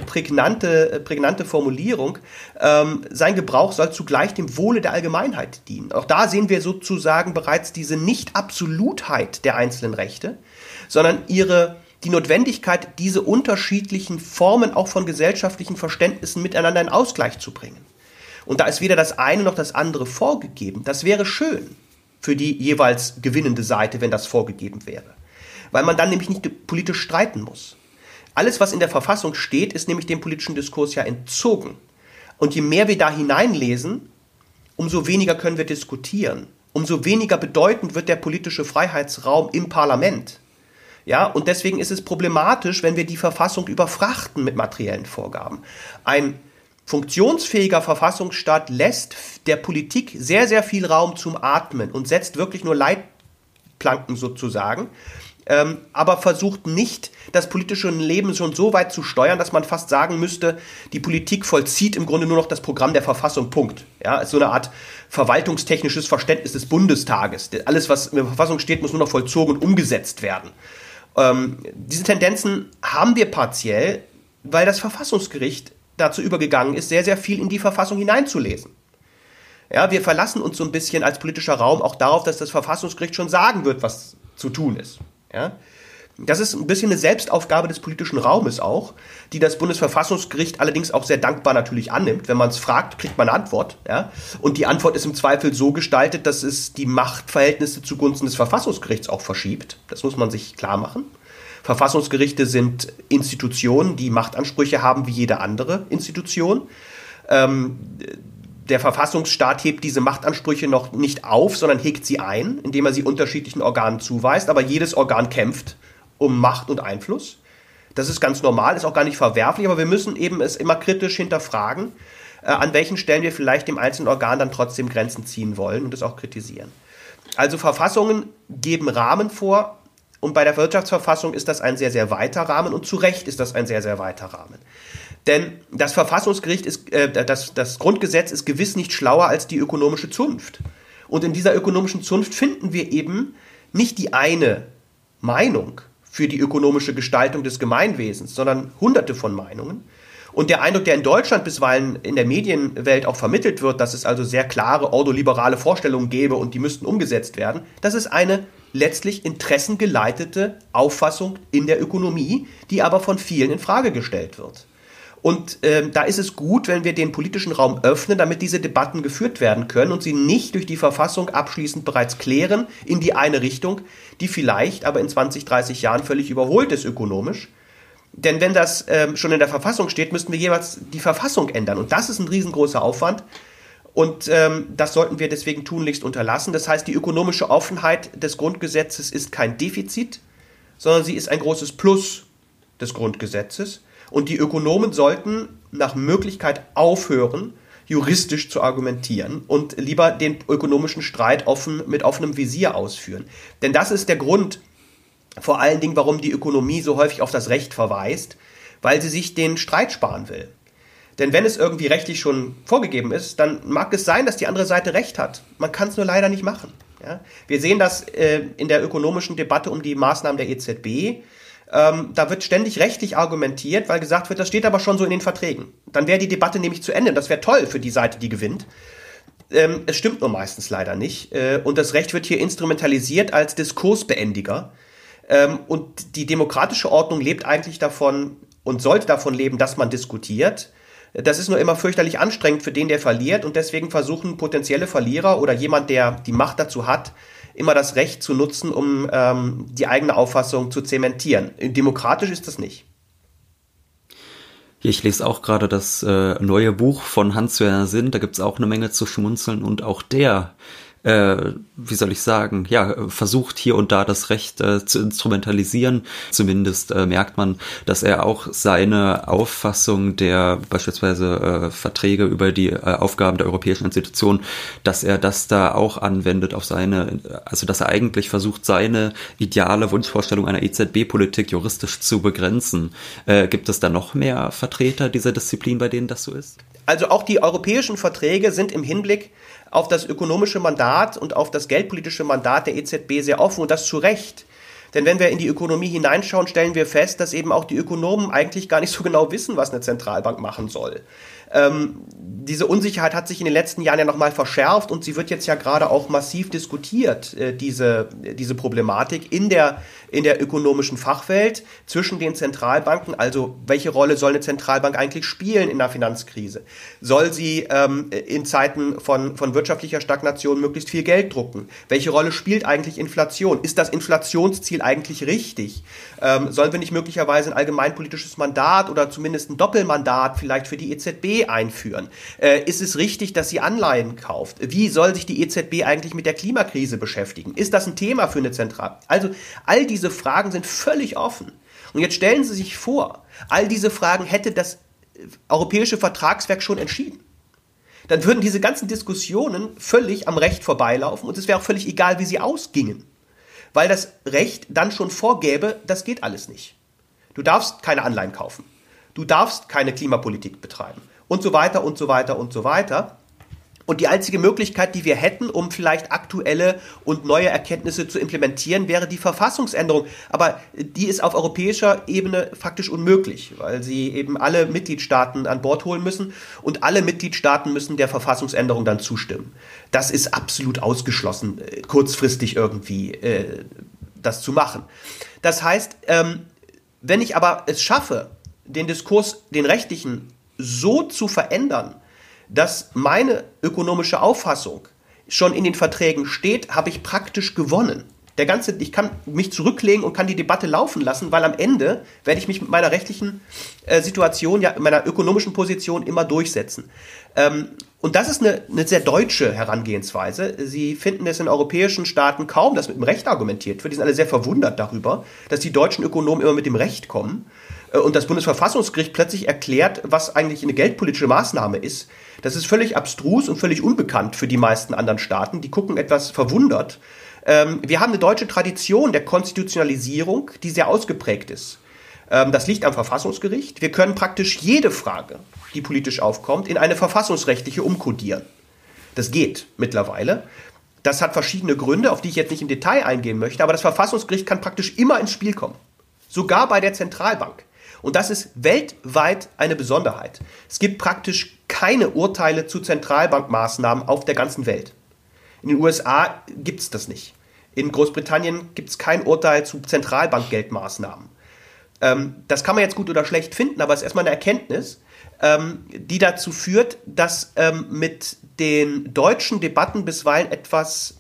Speaker 3: prägnante Formulierung. Sein Gebrauch soll zugleich dem Wohle der Allgemeinheit dienen. Auch da sehen wir sozusagen bereits diese Nicht-Absolutheit der einzelnen Rechte, sondern die Notwendigkeit, diese unterschiedlichen Formen auch von gesellschaftlichen Verständnissen miteinander in Ausgleich zu bringen. Und da ist weder das eine noch das andere vorgegeben. Das wäre schön für die jeweils gewinnende Seite, wenn das vorgegeben wäre. Weil man dann nämlich nicht politisch streiten muss. Alles, was in der Verfassung steht, ist nämlich dem politischen Diskurs ja entzogen. Und je mehr wir da hineinlesen, umso weniger können wir diskutieren. Umso weniger bedeutend wird der politische Freiheitsraum im Parlament. Ja, und deswegen ist es problematisch, wenn wir die Verfassung überfrachten mit materiellen Vorgaben. Ein funktionsfähiger Verfassungsstaat lässt der Politik sehr, sehr viel Raum zum Atmen und setzt wirklich nur Leitplanken sozusagen, aber versucht nicht, das politische Leben schon so weit zu steuern, dass man fast sagen müsste, die Politik vollzieht im Grunde nur noch das Programm der Verfassung, Punkt. Ja, ist so eine Art verwaltungstechnisches Verständnis des Bundestages. Alles, was in der Verfassung steht, muss nur noch vollzogen und umgesetzt werden. Diese Tendenzen haben wir partiell, weil das Verfassungsgericht dazu übergegangen ist, sehr, sehr viel in die Verfassung hineinzulesen. Ja, wir verlassen uns so ein bisschen als politischer Raum auch darauf, dass das Verfassungsgericht schon sagen wird, was zu tun ist. Ja? Das ist ein bisschen eine Selbstaufgabe des politischen Raumes auch, die das Bundesverfassungsgericht allerdings auch sehr dankbar natürlich annimmt. Wenn man es fragt, kriegt man eine Antwort. Ja? Und die Antwort ist im Zweifel so gestaltet, dass es die Machtverhältnisse zugunsten des Verfassungsgerichts auch verschiebt. Das muss man sich klar machen. Verfassungsgerichte sind Institutionen, die Machtansprüche haben wie jede andere Institution. Der Verfassungsstaat hebt diese Machtansprüche noch nicht auf, sondern hegt sie ein, indem er sie unterschiedlichen Organen zuweist. Aber jedes Organ kämpft um Macht und Einfluss. Das ist ganz normal, ist auch gar nicht verwerflich, aber wir müssen eben es immer kritisch hinterfragen, an welchen Stellen wir vielleicht dem einzelnen Organ dann trotzdem Grenzen ziehen wollen und es auch kritisieren. Also Verfassungen geben Rahmen vor und bei der Wirtschaftsverfassung ist das ein sehr, sehr weiter Rahmen und zu Recht ist das ein sehr, sehr weiter Rahmen. Denn das Verfassungsgericht das Grundgesetz ist gewiss nicht schlauer als die ökonomische Zunft. Und in dieser ökonomischen Zunft finden wir eben nicht die eine Meinung für die ökonomische Gestaltung des Gemeinwesens, sondern hunderte von Meinungen. Und der Eindruck, der in Deutschland bisweilen in der Medienwelt auch vermittelt wird, dass es also sehr klare ordoliberale Vorstellungen gäbe und die müssten umgesetzt werden, das ist eine letztlich interessengeleitete Auffassung in der Ökonomie, die aber von vielen in Frage gestellt wird. Und da ist es gut, wenn wir den politischen Raum öffnen, damit diese Debatten geführt werden können und sie nicht durch die Verfassung abschließend bereits klären in die eine Richtung, die vielleicht aber in 20, 30 Jahren völlig überholt ist ökonomisch. Denn wenn das schon in der Verfassung steht, müssten wir jeweils die Verfassung ändern. Und das ist ein riesengroßer Aufwand. Und das sollten wir deswegen tunlichst unterlassen. Das heißt, die ökonomische Offenheit des Grundgesetzes ist kein Defizit, sondern sie ist ein großes Plus des Grundgesetzes. Und die Ökonomen sollten nach Möglichkeit aufhören, juristisch zu argumentieren und lieber den ökonomischen Streit mit offenem Visier ausführen. Denn das ist der Grund, vor allen Dingen, warum die Ökonomie so häufig auf das Recht verweist, weil sie sich den Streit sparen will. Denn wenn es irgendwie rechtlich schon vorgegeben ist, dann mag es sein, dass die andere Seite Recht hat. Man kann es nur leider nicht machen. Ja? Wir sehen das in der ökonomischen Debatte um die Maßnahmen der EZB. Da wird ständig rechtlich argumentiert, weil gesagt wird, das steht aber schon so in den Verträgen. Dann wäre die Debatte nämlich zu Ende. Das wäre toll für die Seite, die gewinnt. Es stimmt nur meistens leider nicht. Und das Recht wird hier instrumentalisiert als Diskursbeendiger. Und die demokratische Ordnung lebt eigentlich davon und sollte davon leben, dass man diskutiert. Das ist nur immer fürchterlich anstrengend für den, der verliert. Und deswegen versuchen potenzielle Verlierer oder jemand, der die Macht dazu hat, immer das Recht zu nutzen, um die eigene Auffassung zu zementieren. Demokratisch ist das nicht.
Speaker 2: Ich lese auch gerade das neue Buch von Hans-Werner Sinn, da gibt es auch eine Menge zu schmunzeln und auch der, wie soll ich sagen, ja, versucht hier und da das Recht zu instrumentalisieren. Zumindest merkt man, dass er auch seine Auffassung der beispielsweise Verträge über die Aufgaben der europäischen Institutionen, dass er das da auch anwendet auf seine, also dass er eigentlich versucht, seine ideale Wunschvorstellung einer EZB-Politik juristisch zu begrenzen. Gibt es da noch mehr Vertreter dieser Disziplin, bei denen das so ist?
Speaker 3: Also auch die europäischen Verträge sind im Hinblick auf das ökonomische Mandat und auf das geldpolitische Mandat der EZB sehr offen und das zu Recht. Denn wenn wir in die Ökonomie hineinschauen, stellen wir fest, dass eben auch die Ökonomen eigentlich gar nicht so genau wissen, was eine Zentralbank machen soll. Diese Unsicherheit hat sich in den letzten Jahren ja nochmal verschärft und sie wird jetzt ja gerade auch massiv diskutiert, diese Problematik in der ökonomischen Fachwelt zwischen den Zentralbanken. Also welche Rolle soll eine Zentralbank eigentlich spielen in der Finanzkrise? Soll sie in Zeiten von wirtschaftlicher Stagnation möglichst viel Geld drucken? Welche Rolle spielt eigentlich Inflation? Ist das Inflationsziel eigentlich richtig? Sollen wir nicht möglicherweise ein allgemeinpolitisches Mandat oder zumindest ein Doppelmandat vielleicht für die EZB einführen? Ist es richtig, dass sie Anleihen kauft? Wie soll sich die EZB eigentlich mit der Klimakrise beschäftigen? Ist das ein Thema für eine Zentralbank? Also all diese Fragen sind völlig offen. Und jetzt stellen Sie sich vor, all diese Fragen hätte das europäische Vertragswerk schon entschieden. Dann würden diese ganzen Diskussionen völlig am Recht vorbeilaufen und es wäre auch völlig egal, wie sie ausgingen. Weil das Recht dann schon vorgäbe, das geht alles nicht. Du darfst keine Anleihen kaufen. Du darfst keine Klimapolitik betreiben. Und so weiter und so weiter und so weiter. Und die einzige Möglichkeit, die wir hätten, um vielleicht aktuelle und neue Erkenntnisse zu implementieren, wäre die Verfassungsänderung. Aber die ist auf europäischer Ebene faktisch unmöglich, weil sie eben alle Mitgliedstaaten an Bord holen müssen und alle Mitgliedstaaten müssen der Verfassungsänderung dann zustimmen. Das ist absolut ausgeschlossen, kurzfristig irgendwie das zu machen. Das heißt, wenn ich aber es schaffe, den Diskurs, den rechtlichen, so zu verändern, dass meine ökonomische Auffassung schon in den Verträgen steht, habe ich praktisch gewonnen. Ich kann mich zurücklegen und kann die Debatte laufen lassen, weil am Ende werde ich mich mit meiner rechtlichen Situation, ja, meiner ökonomischen Position immer durchsetzen. Und das ist eine sehr deutsche Herangehensweise. Sie finden es in europäischen Staaten kaum, dass mit dem Recht argumentiert wird. Die sind alle sehr verwundert darüber, dass die deutschen Ökonomen immer mit dem Recht kommen. Und das Bundesverfassungsgericht plötzlich erklärt, was eigentlich eine geldpolitische Maßnahme ist. Das ist völlig abstrus und völlig unbekannt für die meisten anderen Staaten. Die gucken etwas verwundert. Wir haben eine deutsche Tradition der Konstitutionalisierung, die sehr ausgeprägt ist. Das liegt am Verfassungsgericht. Wir können praktisch jede Frage, die politisch aufkommt, in eine verfassungsrechtliche umkodieren. Das geht mittlerweile. Das hat verschiedene Gründe, auf die ich jetzt nicht im Detail eingehen möchte, aber das Verfassungsgericht kann praktisch immer ins Spiel kommen. Sogar bei der Zentralbank. Und das ist weltweit eine Besonderheit. Es gibt praktisch keine Urteile zu Zentralbankmaßnahmen auf der ganzen Welt. In den USA gibt es das nicht. In Großbritannien gibt es kein Urteil zu Zentralbankgeldmaßnahmen. Das kann man jetzt gut oder schlecht finden, aber es ist erstmal eine Erkenntnis, die dazu führt, dass mit den deutschen Debatten bisweilen etwas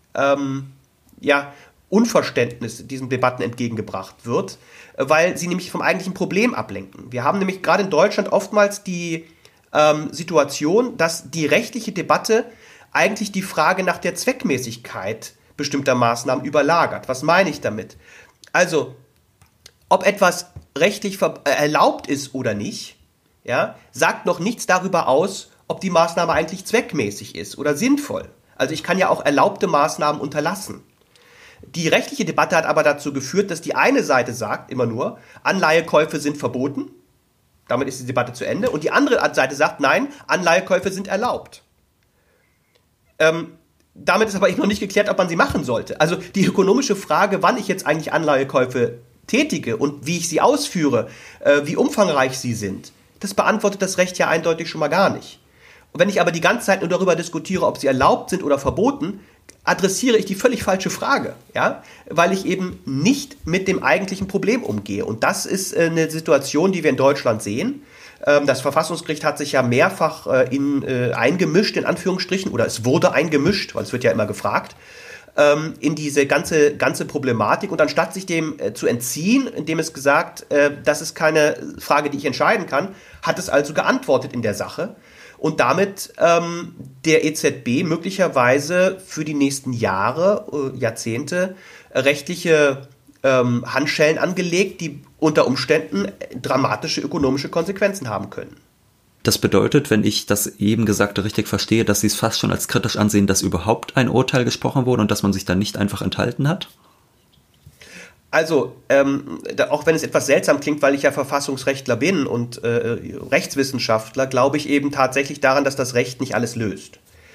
Speaker 3: Unverständnis diesen Debatten entgegengebracht wird, weil sie nämlich vom eigentlichen Problem ablenken. Wir haben nämlich gerade in Deutschland oftmals die Situation, dass die rechtliche Debatte eigentlich die Frage nach der Zweckmäßigkeit bestimmter Maßnahmen überlagert. Was meine ich damit? Also, ob etwas rechtlich erlaubt ist oder nicht, ja, sagt noch nichts darüber aus, ob die Maßnahme eigentlich zweckmäßig ist oder sinnvoll. Also ich kann ja auch erlaubte Maßnahmen unterlassen. Die rechtliche Debatte hat aber dazu geführt, dass die eine Seite sagt immer nur, Anleihekäufe sind verboten, damit ist die Debatte zu Ende, und die andere Seite sagt, nein, Anleihekäufe sind erlaubt. damit ist aber eben noch nicht geklärt, ob man sie machen sollte. Also die ökonomische Frage, wann ich jetzt eigentlich Anleihekäufe tätige und wie ich sie ausführe, wie umfangreich sie sind, das beantwortet das Recht ja eindeutig schon mal gar nicht. Und wenn ich aber die ganze Zeit nur darüber diskutiere, ob sie erlaubt sind oder verboten, adressiere ich die völlig falsche Frage, ja, weil ich eben nicht mit dem eigentlichen Problem umgehe. Und das ist eine Situation, die wir in Deutschland sehen. Das Verfassungsgericht hat sich ja mehrfach eingemischt, in Anführungsstrichen, oder es wurde eingemischt, weil es wird ja immer gefragt, in diese ganze Problematik. Und anstatt sich dem zu entziehen, indem es gesagt, das ist keine Frage, die ich entscheiden kann, hat es also geantwortet in der Sache. Und damit der EZB möglicherweise für die nächsten Jahre, Jahrzehnte rechtliche Handschellen angelegt, die unter Umständen dramatische ökonomische Konsequenzen haben können.
Speaker 2: Das bedeutet, wenn ich das eben Gesagte richtig verstehe, dass Sie es fast schon als kritisch ansehen, dass überhaupt ein Urteil gesprochen wurde und dass man sich dann nicht einfach enthalten hat?
Speaker 3: Also, auch wenn es etwas seltsam klingt, weil ich ja Verfassungsrechtler bin und Rechtswissenschaftler, glaube ich eben tatsächlich daran, dass das Recht nicht alles löst.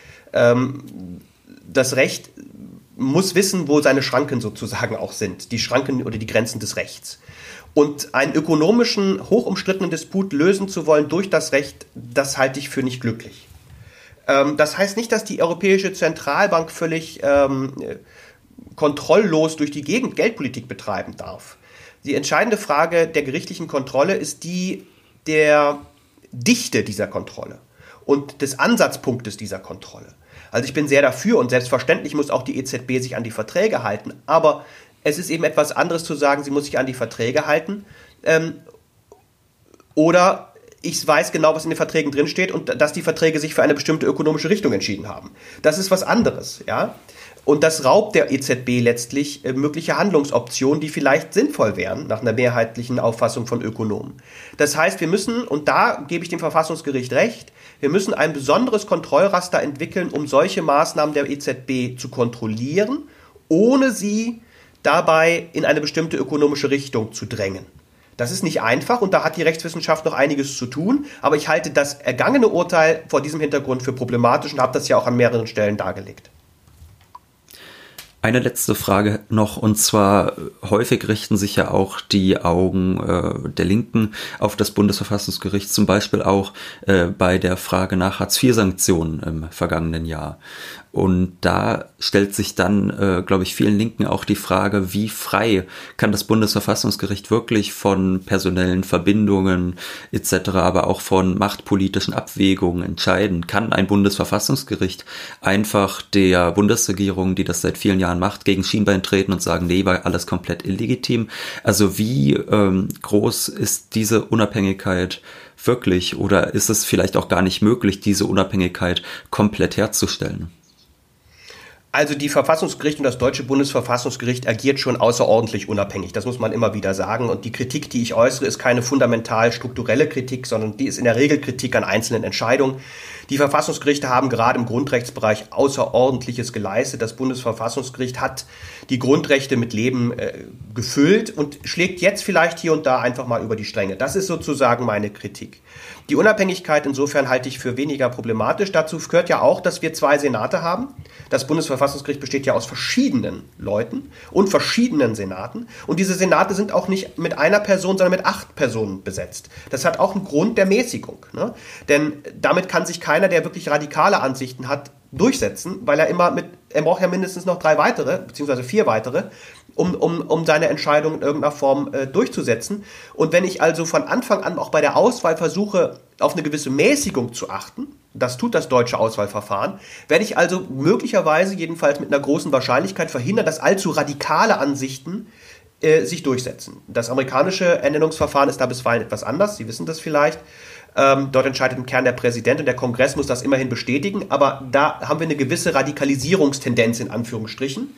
Speaker 3: Das Recht muss wissen, wo seine Schranken sozusagen auch sind, die Schranken oder die Grenzen des Rechts. Und einen ökonomischen, hochumstrittenen Disput lösen zu wollen durch das Recht, das halte ich für nicht glücklich. Das heißt nicht, dass die Europäische Zentralbank völlig kontrolllos durch die Gegend Geldpolitik betreiben darf. Die entscheidende Frage der gerichtlichen Kontrolle ist die der Dichte dieser Kontrolle und des Ansatzpunktes dieser Kontrolle. Also ich bin sehr dafür und selbstverständlich muss auch die EZB sich an die Verträge halten, aber es ist eben etwas anderes zu sagen, sie muss sich an die Verträge halten oder ich weiß genau, was in den Verträgen drinsteht und dass die Verträge sich für eine bestimmte ökonomische Richtung entschieden haben. Das ist was anderes, ja. Und das raubt der EZB letztlich mögliche Handlungsoptionen, die vielleicht sinnvoll wären, nach einer mehrheitlichen Auffassung von Ökonomen. Das heißt, wir müssen, und da gebe ich dem Verfassungsgericht recht, wir müssen ein besonderes Kontrollraster entwickeln, um solche Maßnahmen der EZB zu kontrollieren, ohne sie dabei in eine bestimmte ökonomische Richtung zu drängen. Das ist nicht einfach und da hat die Rechtswissenschaft noch einiges zu tun, aber ich halte das ergangene Urteil vor diesem Hintergrund für problematisch und habe das ja auch an mehreren Stellen dargelegt.
Speaker 2: Eine letzte Frage noch, und zwar häufig richten sich ja auch die Augen der Linken auf das Bundesverfassungsgericht, zum Beispiel auch bei der Frage nach Hartz-IV-Sanktionen im vergangenen Jahr. Und da stellt sich dann, glaube ich, vielen Linken auch die Frage, wie frei kann das Bundesverfassungsgericht wirklich von personellen Verbindungen etc., aber auch von machtpolitischen Abwägungen entscheiden? Kann ein Bundesverfassungsgericht einfach der Bundesregierung, die das seit vielen Jahren macht, gegen Schienbein treten und sagen, nee, war alles komplett illegitim? Also wie groß ist diese Unabhängigkeit wirklich, oder ist es vielleicht auch gar nicht möglich, diese Unabhängigkeit komplett herzustellen?
Speaker 3: Also die Verfassungsgericht und das deutsche Bundesverfassungsgericht agiert schon außerordentlich unabhängig. Das muss man immer wieder sagen. Und die Kritik, die ich äußere, ist keine fundamental strukturelle Kritik, sondern die ist in der Regel Kritik an einzelnen Entscheidungen. Die Verfassungsgerichte haben gerade im Grundrechtsbereich Außerordentliches geleistet. Das Bundesverfassungsgericht hat die Grundrechte mit Leben gefüllt und schlägt jetzt vielleicht hier und da einfach mal über die Stränge. Das ist sozusagen meine Kritik. Die Unabhängigkeit insofern halte ich für weniger problematisch. Dazu gehört ja auch, dass wir 2 Senate haben. Das Bundesverfassungsgericht besteht ja aus verschiedenen Leuten und verschiedenen Senaten. Und diese Senate sind auch nicht mit einer Person, sondern mit 8 Personen besetzt. Das hat auch einen Grund der Mäßigung, ne? Denn damit kann sich keiner, der wirklich radikale Ansichten hat, durchsetzen, weil er braucht ja mindestens noch 3 weitere, beziehungsweise 4 weitere, um seine Entscheidung in irgendeiner Form durchzusetzen. Und wenn ich also von Anfang an auch bei der Auswahl versuche, auf eine gewisse Mäßigung zu achten, das tut das deutsche Auswahlverfahren, werde ich also möglicherweise, jedenfalls mit einer großen Wahrscheinlichkeit, verhindern, dass allzu radikale Ansichten sich durchsetzen. Das amerikanische Ernennungsverfahren ist da bisweilen etwas anders, Sie wissen das vielleicht. Dort entscheidet im Kern der Präsident und der Kongress muss das immerhin bestätigen, aber da haben wir eine gewisse Radikalisierungstendenz in Anführungsstrichen,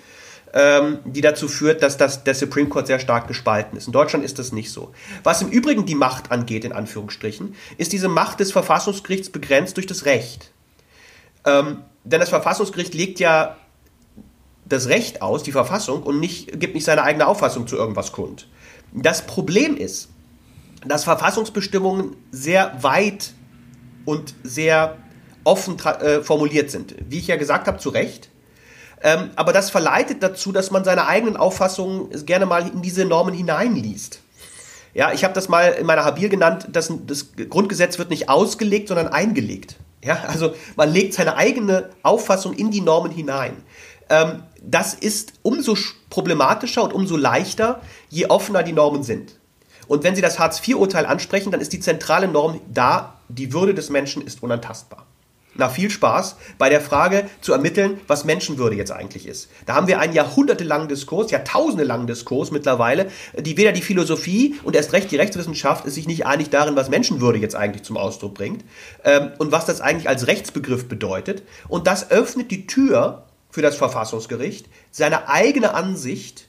Speaker 3: die dazu führt, dass der Supreme Court sehr stark gespalten ist. In Deutschland ist das nicht so. Was im Übrigen die Macht angeht, in Anführungsstrichen, ist diese Macht des Verfassungsgerichts begrenzt durch das Recht. Denn das Verfassungsgericht legt ja das Recht aus, die Verfassung, und gibt nicht seine eigene Auffassung zu irgendwas kund. Das Problem ist, dass Verfassungsbestimmungen sehr weit und sehr offen formuliert sind. Wie ich ja gesagt habe, zu Recht, Aber das verleitet dazu, dass man seine eigenen Auffassungen gerne mal in diese Normen hineinliest. Ja, ich habe das mal in meiner Habil genannt, das Grundgesetz wird nicht ausgelegt, sondern eingelegt. Ja, also man legt seine eigene Auffassung in die Normen hinein. Das ist umso problematischer und umso leichter, je offener die Normen sind. Und wenn Sie das Hartz-IV-Urteil ansprechen, dann ist die zentrale Norm da, die Würde des Menschen ist unantastbar. Na, viel Spaß bei der Frage zu ermitteln, was Menschenwürde jetzt eigentlich ist. Da haben wir einen jahrhundertelangen Diskurs, jahrtausendelangen Diskurs mittlerweile, die weder die Philosophie und erst recht die Rechtswissenschaft ist sich nicht einig darin, was Menschenwürde jetzt eigentlich zum Ausdruck bringt und was das eigentlich als Rechtsbegriff bedeutet. Und das öffnet die Tür für das Verfassungsgericht, seine eigene Ansicht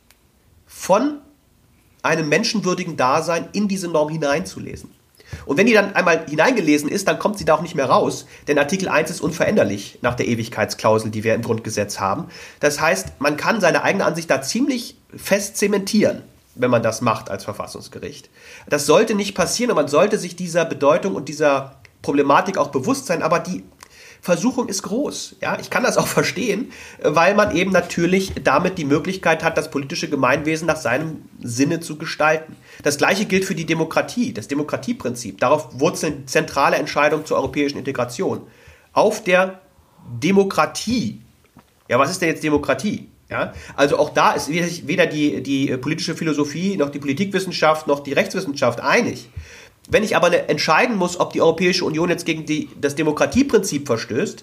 Speaker 3: von einem menschenwürdigen Dasein in diese Norm hineinzulesen. Und wenn die dann einmal hineingelesen ist, dann kommt sie da auch nicht mehr raus, denn Artikel 1 ist unveränderlich nach der Ewigkeitsklausel, die wir im Grundgesetz haben. Das heißt, man kann seine eigene Ansicht da ziemlich fest zementieren, wenn man das macht als Verfassungsgericht. Das sollte nicht passieren und man sollte sich dieser Bedeutung und dieser Problematik auch bewusst sein, aber die Versuchung ist groß. Ja, ich kann das auch verstehen, weil man eben natürlich damit die Möglichkeit hat, das politische Gemeinwesen nach seinem Sinne zu gestalten. Das Gleiche gilt für die Demokratie, das Demokratieprinzip. Darauf wurzeln zentrale Entscheidungen zur europäischen Integration. Auf der Demokratie. Ja, was ist denn jetzt Demokratie? Ja, also auch da ist weder die politische Philosophie noch die Politikwissenschaft noch die Rechtswissenschaft einig. Wenn ich aber entscheiden muss, ob die Europäische Union jetzt gegen das Demokratieprinzip verstößt,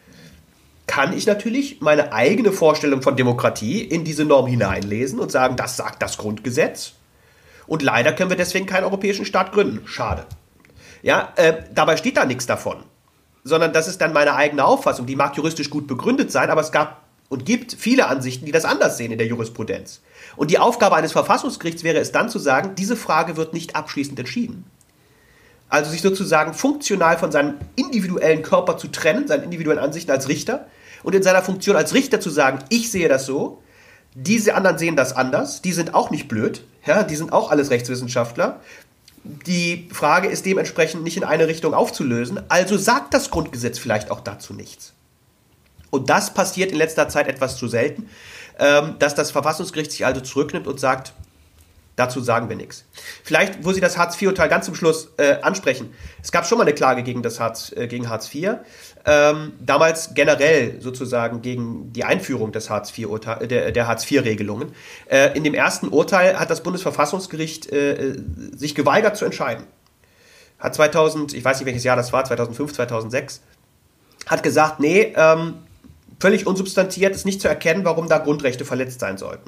Speaker 3: kann ich natürlich meine eigene Vorstellung von Demokratie in diese Norm hineinlesen und sagen, das sagt das Grundgesetz. Und leider können wir deswegen keinen europäischen Staat gründen. Schade. Ja, dabei steht da nichts davon. Sondern das ist dann meine eigene Auffassung. Die mag juristisch gut begründet sein, aber es gab und gibt viele Ansichten, die das anders sehen in der Jurisprudenz. Und die Aufgabe eines Verfassungsgerichts wäre es dann zu sagen, diese Frage wird nicht abschließend entschieden. Also sich sozusagen funktional von seinem individuellen Körper zu trennen, seinen individuellen Ansichten als Richter und in seiner Funktion als Richter zu sagen, ich sehe das so, diese anderen sehen das anders, die sind auch nicht blöd, ja, die sind auch alles Rechtswissenschaftler. Die Frage ist dementsprechend nicht in eine Richtung aufzulösen, also sagt das Grundgesetz vielleicht auch dazu nichts. Und das passiert in letzter Zeit etwas zu selten, dass das Verfassungsgericht sich also zurücknimmt und sagt, dazu sagen wir nichts. Vielleicht, wo Sie das Hartz-IV-Urteil ganz zum Schluss ansprechen. Es gab schon mal eine Klage gegen Hartz IV. Damals generell sozusagen gegen die Einführung des der Hartz-IV-Regelungen. In dem ersten Urteil hat das Bundesverfassungsgericht sich geweigert zu entscheiden. Hat 2000, ich weiß nicht welches Jahr das war, 2005, 2006, hat gesagt, nee, völlig unsubstantiert, ist nicht zu erkennen, warum da Grundrechte verletzt sein sollten.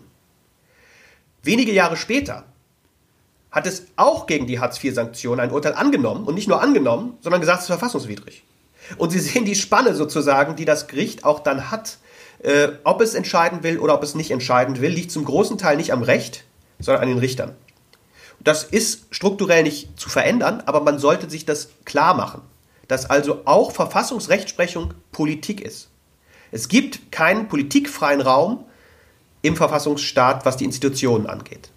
Speaker 3: Wenige Jahre später hat es auch gegen die Hartz-IV-Sanktionen ein Urteil angenommen und nicht nur angenommen, sondern gesagt, es ist verfassungswidrig. Und Sie sehen die Spanne sozusagen, die das Gericht auch dann hat, ob es entscheiden will oder ob es nicht entscheiden will, liegt zum großen Teil nicht am Recht, sondern an den Richtern. Das ist strukturell nicht zu verändern, aber man sollte sich das klar machen, dass also auch Verfassungsrechtsprechung Politik ist. Es gibt keinen politikfreien Raum im Verfassungsstaat, was die Institutionen angeht.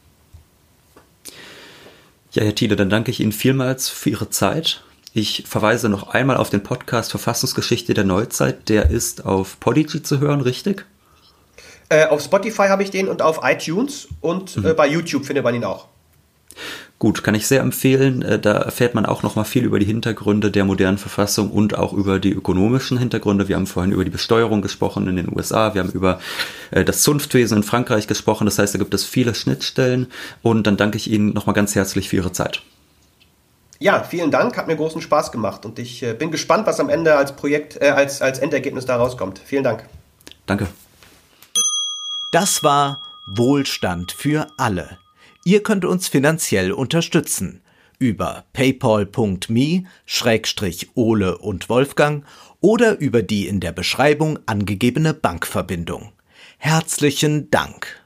Speaker 2: Ja, Herr Thiele, dann danke ich Ihnen vielmals für Ihre Zeit. Ich verweise noch einmal auf den Podcast Verfassungsgeschichte der Neuzeit. Der ist auf Podigy zu hören, richtig?
Speaker 3: Auf Spotify habe ich den und auf iTunes und bei YouTube findet man ihn auch.
Speaker 2: Gut, kann ich sehr empfehlen. Da erfährt man auch noch mal viel über die Hintergründe der modernen Verfassung und auch über die ökonomischen Hintergründe. Wir haben vorhin über die Besteuerung gesprochen in den USA. Wir haben über das Zunftwesen in Frankreich gesprochen. Das heißt, da gibt es viele Schnittstellen. Und dann danke ich Ihnen noch mal ganz herzlich für Ihre Zeit.
Speaker 3: Ja, vielen Dank. Hat mir großen Spaß gemacht. Und ich bin gespannt, was am Ende als Projekt, als Endergebnis da rauskommt. Vielen Dank.
Speaker 2: Danke.
Speaker 1: Das war Wohlstand für alle. Ihr könnt uns finanziell unterstützen über paypal.me/Ole und Wolfgang oder über die in der Beschreibung angegebene Bankverbindung. Herzlichen Dank!